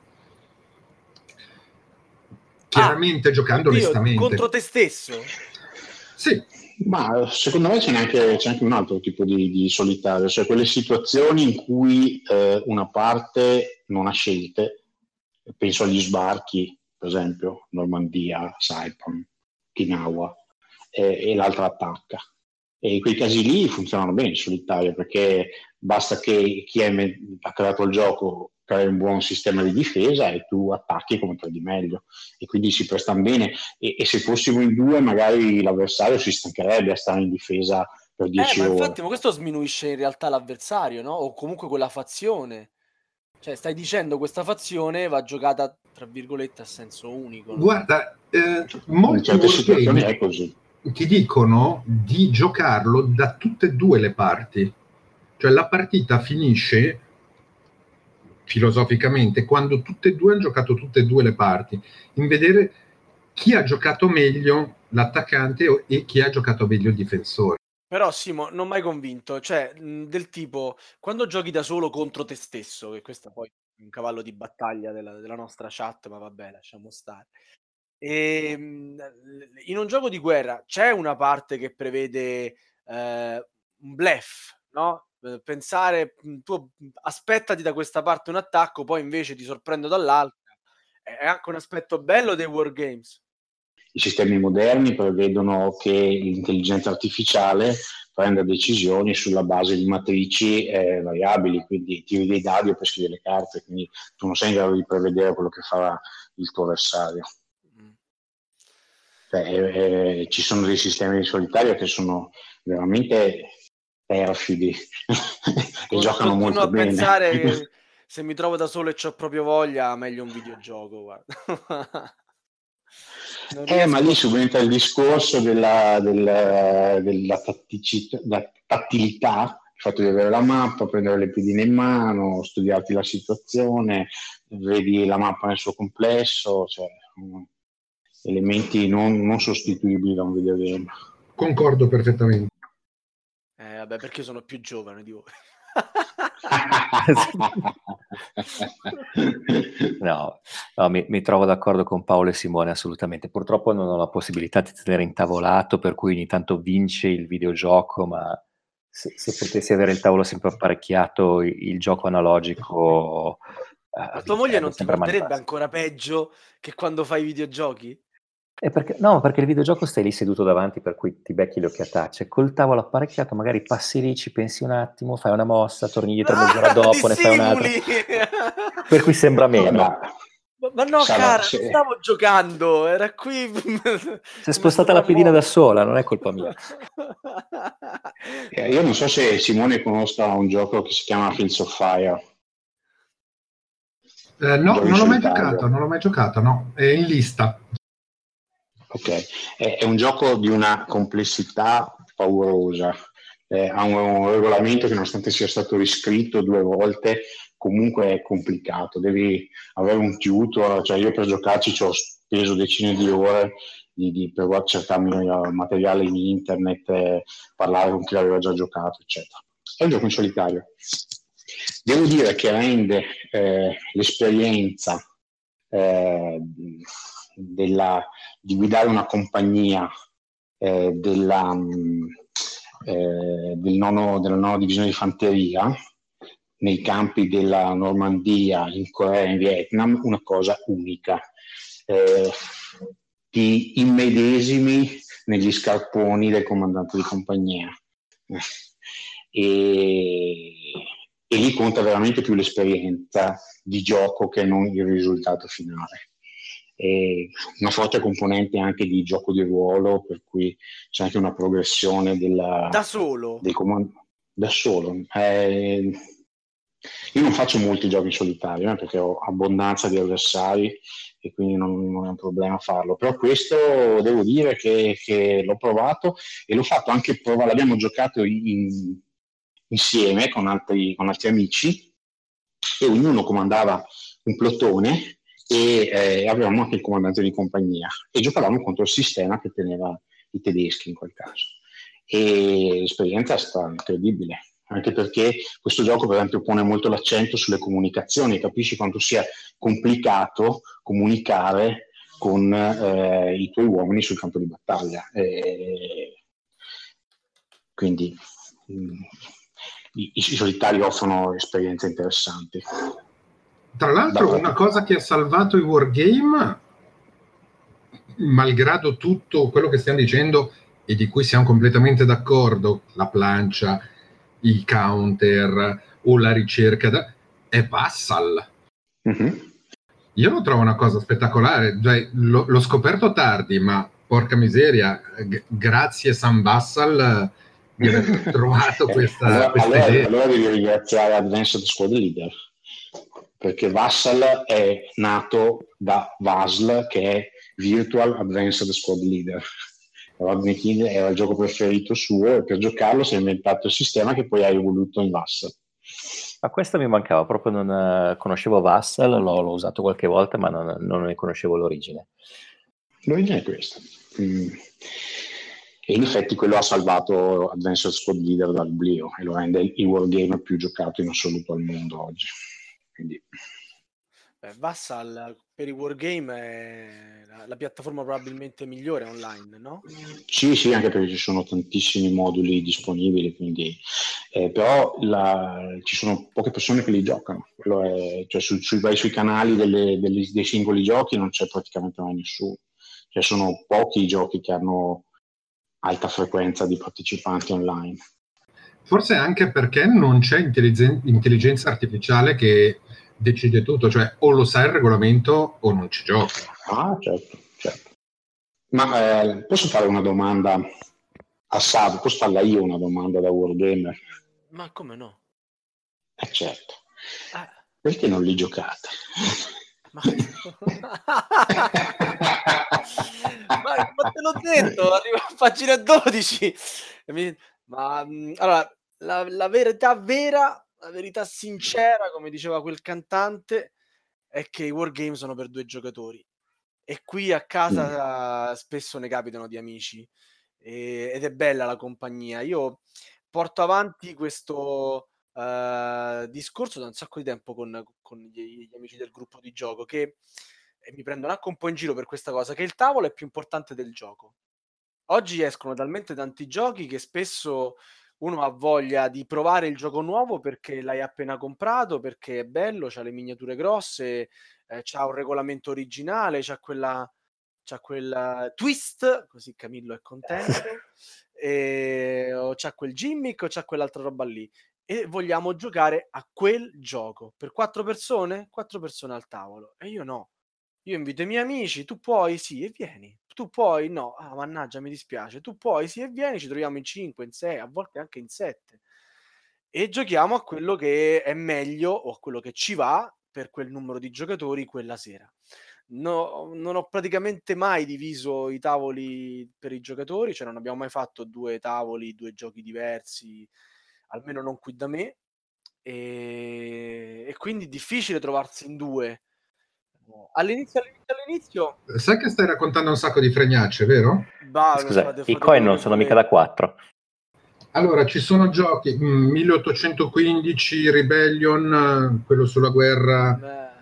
Chiaramente giocando onestamente. Contro te stesso? Sì. Ma secondo me c'è anche un altro tipo di solitario, cioè quelle situazioni in cui una parte non ha scelte, penso agli sbarchi, per esempio, Normandia, Saipan, Okinawa, e l'altra attacca. E in quei casi lì funzionano bene in solitario, perché basta che chi ha creato il gioco crei un buon sistema di difesa e tu attacchi come credi meglio, e quindi si prestano bene, e se fossimo in 2 magari l'avversario si stancherebbe a stare in difesa per 10 ore. Infatti, ma questo sminuisce in realtà l'avversario, no? O comunque quella fazione. Cioè, stai dicendo questa fazione va giocata, tra virgolette, a senso unico, no? Guarda, molti situazioni è così. Ti dicono di giocarlo da tutte e due le parti, cioè la partita finisce filosoficamente quando tutte e due hanno giocato tutte e due le parti, in vedere chi ha giocato meglio l'attaccante e chi ha giocato meglio il difensore. Però Simo, non mai convinto, cioè del tipo, quando giochi da solo contro te stesso, che questo poi è un cavallo di battaglia della nostra chat, ma vabbè, lasciamo stare. In un gioco di guerra c'è una parte che prevede un bluff, no? Pensare, tu aspettati da questa parte un attacco, poi invece ti sorprendo dall'altra. È anche un aspetto bello dei wargames. I sistemi moderni prevedono che l'intelligenza artificiale prenda decisioni sulla base di matrici variabili, quindi tiri dei dadi o peschi delle carte, quindi tu non sei in grado di prevedere quello che farà il tuo avversario. Ci sono dei sistemi di solitario che sono veramente perfidi e giocano molto bene. Pensare che se mi trovo da solo e c'ho proprio voglia, meglio un videogioco, guarda. Ma lì subentra il discorso della tattilità, il fatto di avere la mappa, prendere le pedine in mano, studiarti la situazione, vedi la mappa nel suo complesso, cioè elementi non sostituibili da un videogame. Concordo perfettamente. Vabbè, perché io sono più giovane di voi. No, mi trovo d'accordo con Paolo e Simone assolutamente. Purtroppo non ho la possibilità di tenere intavolato, per cui ogni tanto vince il videogioco, ma se potessi avere il tavolo sempre apparecchiato, il gioco analogico Ma tua moglie non ti sempre mani porterebbe basse. ancora peggio che quando fai i videogiochi? Perché il videogioco stai lì seduto davanti, per cui ti becchi le occhiatacce. Col tavolo apparecchiato magari passi lì, ci pensi un attimo, fai una mossa, torni dietro mezz'ora dopo, ne fai un'altra. Per cui sembra meno. Ma no, cara, stavo giocando, era qui. Si è spostata la pedina da sola, non è colpa mia. Io non so se Simone conosca un gioco che si chiama Fields of Fire. No, non l'ho mai giocato, no, è in lista. Ok, è un gioco di una complessità paurosa, ha un regolamento che nonostante sia stato riscritto 2 volte comunque è complicato, devi avere un tutor, cioè io per giocarci ci ho speso decine di ore per cercarmi il materiale in internet, parlare con chi l'aveva già giocato, eccetera. È un gioco in solitario. Devo dire che rende l'esperienza di guidare una compagnia della nona divisione di fanteria nei campi della Normandia, in Corea e in Vietnam, una cosa unica. Ti immedesimi negli scarponi del comandante di compagnia. E lì conta veramente più l'esperienza di gioco che non il risultato finale. E una forte componente anche di gioco di ruolo, per cui c'è anche una progressione da solo. Da solo. Io non faccio molti giochi in solitario perché ho abbondanza di avversari e quindi non è un problema farlo, però questo devo dire che l'ho provato e l'ho fatto anche l'abbiamo giocato insieme con altri amici e ognuno comandava un plotone e avevamo anche il comandante di compagnia e giocavamo contro il sistema che teneva i tedeschi in quel caso e l'esperienza è stata incredibile, anche perché questo gioco per esempio pone molto l'accento sulle comunicazioni, capisci quanto sia complicato comunicare con i tuoi uomini sul campo di battaglia, quindi i solitari offrono esperienze interessanti. Tra l'altro una cosa che ha salvato i wargame, malgrado tutto quello che stiamo dicendo e di cui siamo completamente d'accordo, la plancia, il counter o la ricerca, è Vassal. Mm-hmm. Io lo trovo una cosa spettacolare, l'ho scoperto tardi, ma porca miseria, grazie San Vassal di aver trovato questa idea. Allora devi ringraziare Advanced Squad Leader, perché Vassal è nato da VASL, che è Virtual Advanced Squad Leader. Rodney King era il gioco preferito suo e per giocarlo si è inventato il sistema che poi ha evoluto in Vassal. Ma questo mi mancava, proprio non conoscevo Vassal, l'ho usato qualche volta, ma non ne conoscevo l'origine. L'origine è questa. E in effetti quello ha salvato Advanced Squad Leader dall'oblio e lo rende il wargame più giocato in assoluto al mondo oggi. Quindi Vassal per i wargame è la piattaforma probabilmente migliore online, no? Sì, anche perché ci sono tantissimi moduli disponibili, quindi però ci sono poche persone che li giocano. Cioè sui canali dei singoli giochi non c'è praticamente mai nessuno. Cioè sono pochi i giochi che hanno alta frequenza di partecipanti online. Forse anche perché non c'è intelligenza artificiale che decide tutto, cioè o lo sai il regolamento o non ci giochi. Ah, certo. Ma posso fare una domanda a Sav? Posso farla io una domanda da wargamer? Ma come no? Certo. Perché non li giocate? Ma te l'ho detto, arrivo a pagina 12. Allora, la verità vera, la verità sincera, come diceva quel cantante, è che i wargame sono per 2 giocatori. E qui a casa spesso ne capitano di amici, ed è bella la compagnia. Io porto avanti questo discorso da un sacco di tempo con gli amici del gruppo di gioco, che mi prendono anche un po' in giro per questa cosa, che il tavolo è più importante del gioco. Oggi escono talmente tanti giochi che spesso uno ha voglia di provare il gioco nuovo perché l'hai appena comprato, perché è bello, c'ha le miniature grosse, c'ha un regolamento originale, c'ha quel twist, così Camillo è contento, o c'ha quel gimmick o c'ha quell'altra roba lì. E vogliamo giocare a quel gioco per 4 persone? 4 persone al tavolo. E io no. Io invito i miei amici, tu puoi? Sì, e vieni. Tu puoi? No. Ah, mannaggia, mi dispiace. Tu puoi? Sì, e vieni. Ci troviamo in 5, in 6, a volte anche in 7. E giochiamo a quello che è meglio o a quello che ci va per quel numero di giocatori quella sera. No, non ho praticamente mai diviso i tavoli per i giocatori, cioè non abbiamo mai fatto 2 tavoli, 2 giochi diversi, almeno non qui da me. E quindi è difficile trovarsi in 2. All'inizio, Sai che stai raccontando un sacco di fregnacce, vero? Scusa, i coin non sono mica da 4. Allora, ci sono giochi, 1815, Rebellion, quello sulla guerra,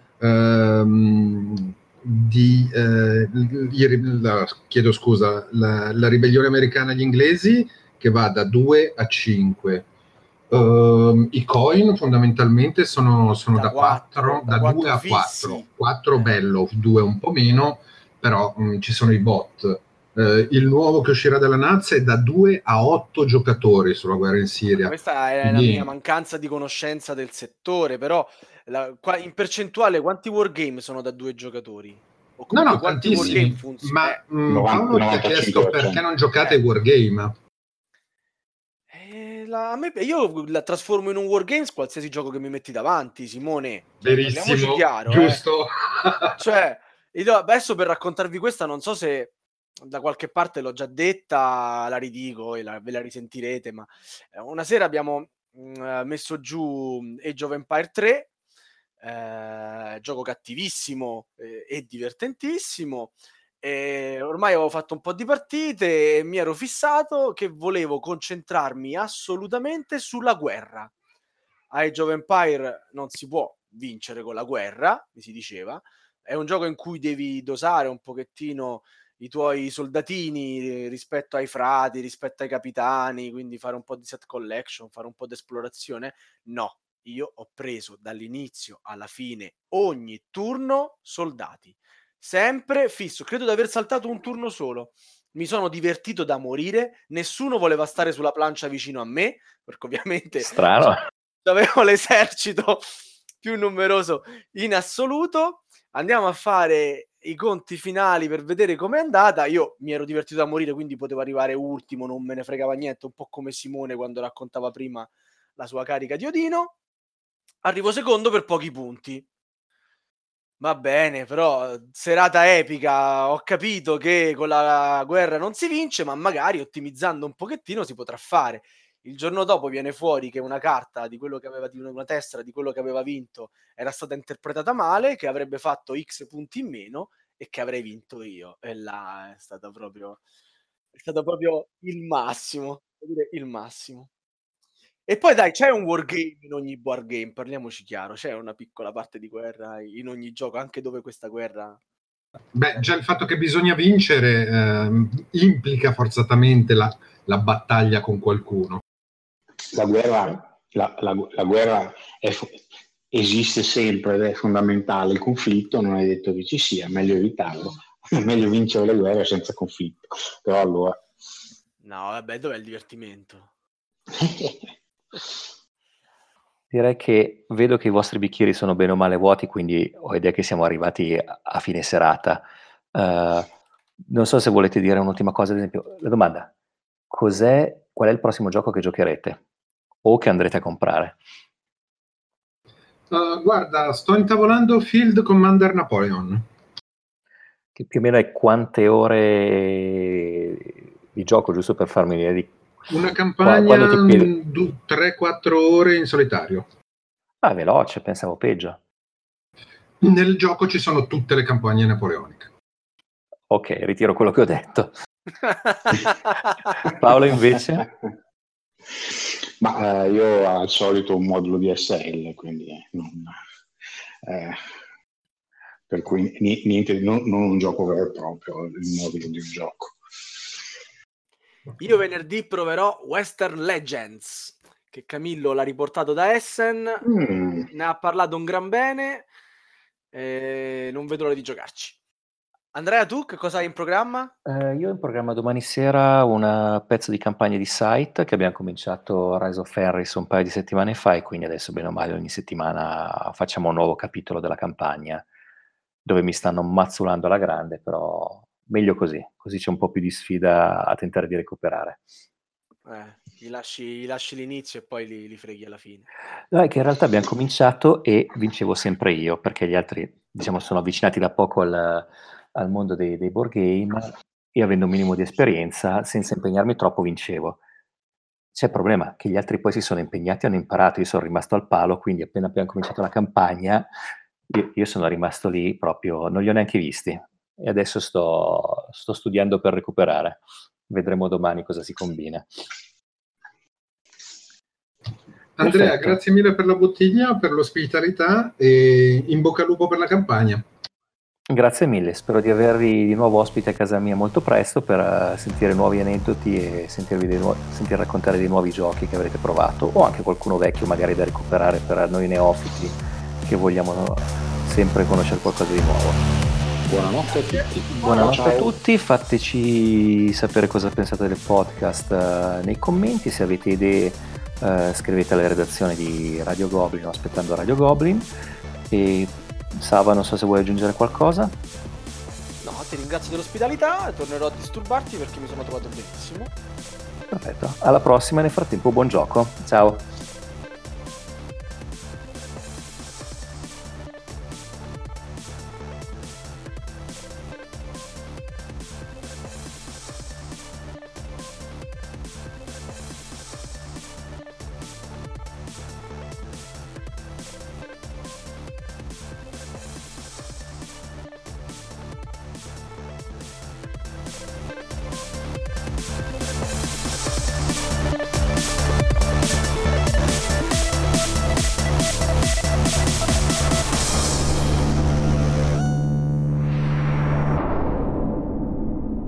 chiedo scusa, la ribellione americana agli inglesi, che va da 2 a 5. I coin fondamentalmente sono da 4, da 2 a 4. 4 bello, 2 un po' meno, però ci sono i bot. Il nuovo che uscirà dalla Nazza è da 2 a 8 giocatori sulla guerra in Siria. Questa è la mia mancanza di conoscenza del settore, però in percentuale quanti wargame sono da 2 giocatori? O No, quanti tantissimi. wargame funzionano? Ma Paolo ti ha chiesto perché non giocate ai wargame. Io la trasformo in un wargames qualsiasi gioco che mi metti davanti, Simone. Verissimo, chiaro, giusto. Cioè, adesso per raccontarvi questa, non so se da qualche parte l'ho già detta, la ridico e ve la risentirete, ma una sera abbiamo messo giù Age of Empire 3, gioco cattivissimo e divertentissimo. Ormai avevo fatto un po' di partite e mi ero fissato che volevo concentrarmi assolutamente sulla guerra. A Age of Empire non si può vincere con la guerra, mi si diceva. È un gioco in cui devi dosare un pochettino i tuoi soldatini rispetto ai frati, rispetto ai capitani, quindi fare un po' di set collection, fare un po' di esplorazione. No, io ho preso dall'inizio alla fine ogni turno soldati. Sempre fisso, credo di aver saltato un turno solo. Mi sono divertito da morire, nessuno voleva stare sulla plancia vicino a me, perché ovviamente strano, avevo l'esercito più numeroso in assoluto. Andiamo a fare i conti finali per vedere com'è andata. Io mi ero divertito da morire, quindi potevo arrivare ultimo, non me ne fregava niente, un po' come Simone quando raccontava prima la sua carica di Odino. Arrivo secondo per pochi punti. Va bene, però serata epica, ho capito che con la guerra non si vince, ma magari ottimizzando un pochettino si potrà fare. Il giorno dopo viene fuori che una carta di quello che aveva, di una tessera di quello che aveva vinto era stata interpretata male, che avrebbe fatto X punti in meno e che avrei vinto io. E là è stato proprio il massimo, il massimo. E poi dai, c'è un wargame in ogni wargame, parliamoci chiaro, c'è una piccola parte di guerra in ogni gioco, anche dove questa guerra... Beh, già il fatto che bisogna vincere implica forzatamente la battaglia con qualcuno. La guerra esiste sempre ed è fondamentale. Il conflitto non è detto che ci sia, è meglio evitarlo, è meglio vincere le guerre senza conflitto. Però allora... No, vabbè, dov'è il divertimento? Direi che vedo che i vostri bicchieri sono bene o male vuoti, quindi ho idea che siamo arrivati a fine serata. Non so se volete dire un'ultima cosa, ad esempio, la domanda: qual è il prossimo gioco che giocherete o che andrete a comprare? Guarda, sto intavolando Field Commander Napoleon. Che più o meno è quante ore di gioco, giusto per farmi un'idea di... Una campagna 3-4 ore in solitario. Ah, veloce, pensavo peggio. Nel gioco ci sono tutte le campagne napoleoniche. Ok, ritiro quello che ho detto. Paolo invece? Ma io al solito un modulo DSL, quindi per cui niente, non un gioco vero e proprio, il modulo di un gioco. Io venerdì proverò Western Legends, che Camillo l'ha riportato da Essen, ne ha parlato un gran bene, non vedo l'ora di giocarci. Andrea, tu che cosa hai in programma? Io ho in programma domani sera un pezzo di campagna di Site che abbiamo cominciato Rise of Fenris un paio di settimane fa, e quindi adesso bene o male ogni settimana facciamo un nuovo capitolo della campagna, dove mi stanno mazzolando alla grande, però meglio così c'è un po' più di sfida a tentare di recuperare. Gli lasci l'inizio e poi li freghi alla fine. No, è che in realtà abbiamo cominciato e vincevo sempre io, perché gli altri, diciamo, sono avvicinati da poco al mondo dei board game, e avendo un minimo di esperienza, senza impegnarmi troppo, vincevo. C'è il problema che gli altri poi si sono impegnati e hanno imparato, io sono rimasto al palo, quindi appena abbiamo cominciato la campagna, io sono rimasto lì proprio, non li ho neanche visti, e adesso sto studiando per recuperare. Vedremo domani cosa si combina. Andrea, Perfetto. grazie mille per la bottiglia, per l'ospitalità e in bocca al lupo per la campagna. Grazie mille, spero di avervi di nuovo ospite a casa mia molto presto per sentire nuovi aneddoti e sentir raccontare dei nuovi giochi che avrete provato, o anche qualcuno vecchio magari da recuperare per noi neofiti che vogliamo sempre conoscere qualcosa di nuovo. Buonanotte a tutti. Buonanotte Ciao. a tutti, fateci sapere cosa pensate del podcast nei commenti, se avete idee scrivete alla redazione di Radio Goblin o Aspettando Radio Goblin. E Sava, non so se vuoi aggiungere qualcosa. No, ti ringrazio dell'ospitalità e tornerò a disturbarti perché mi sono trovato benissimo. Perfetto, alla prossima, nel frattempo buon gioco, ciao.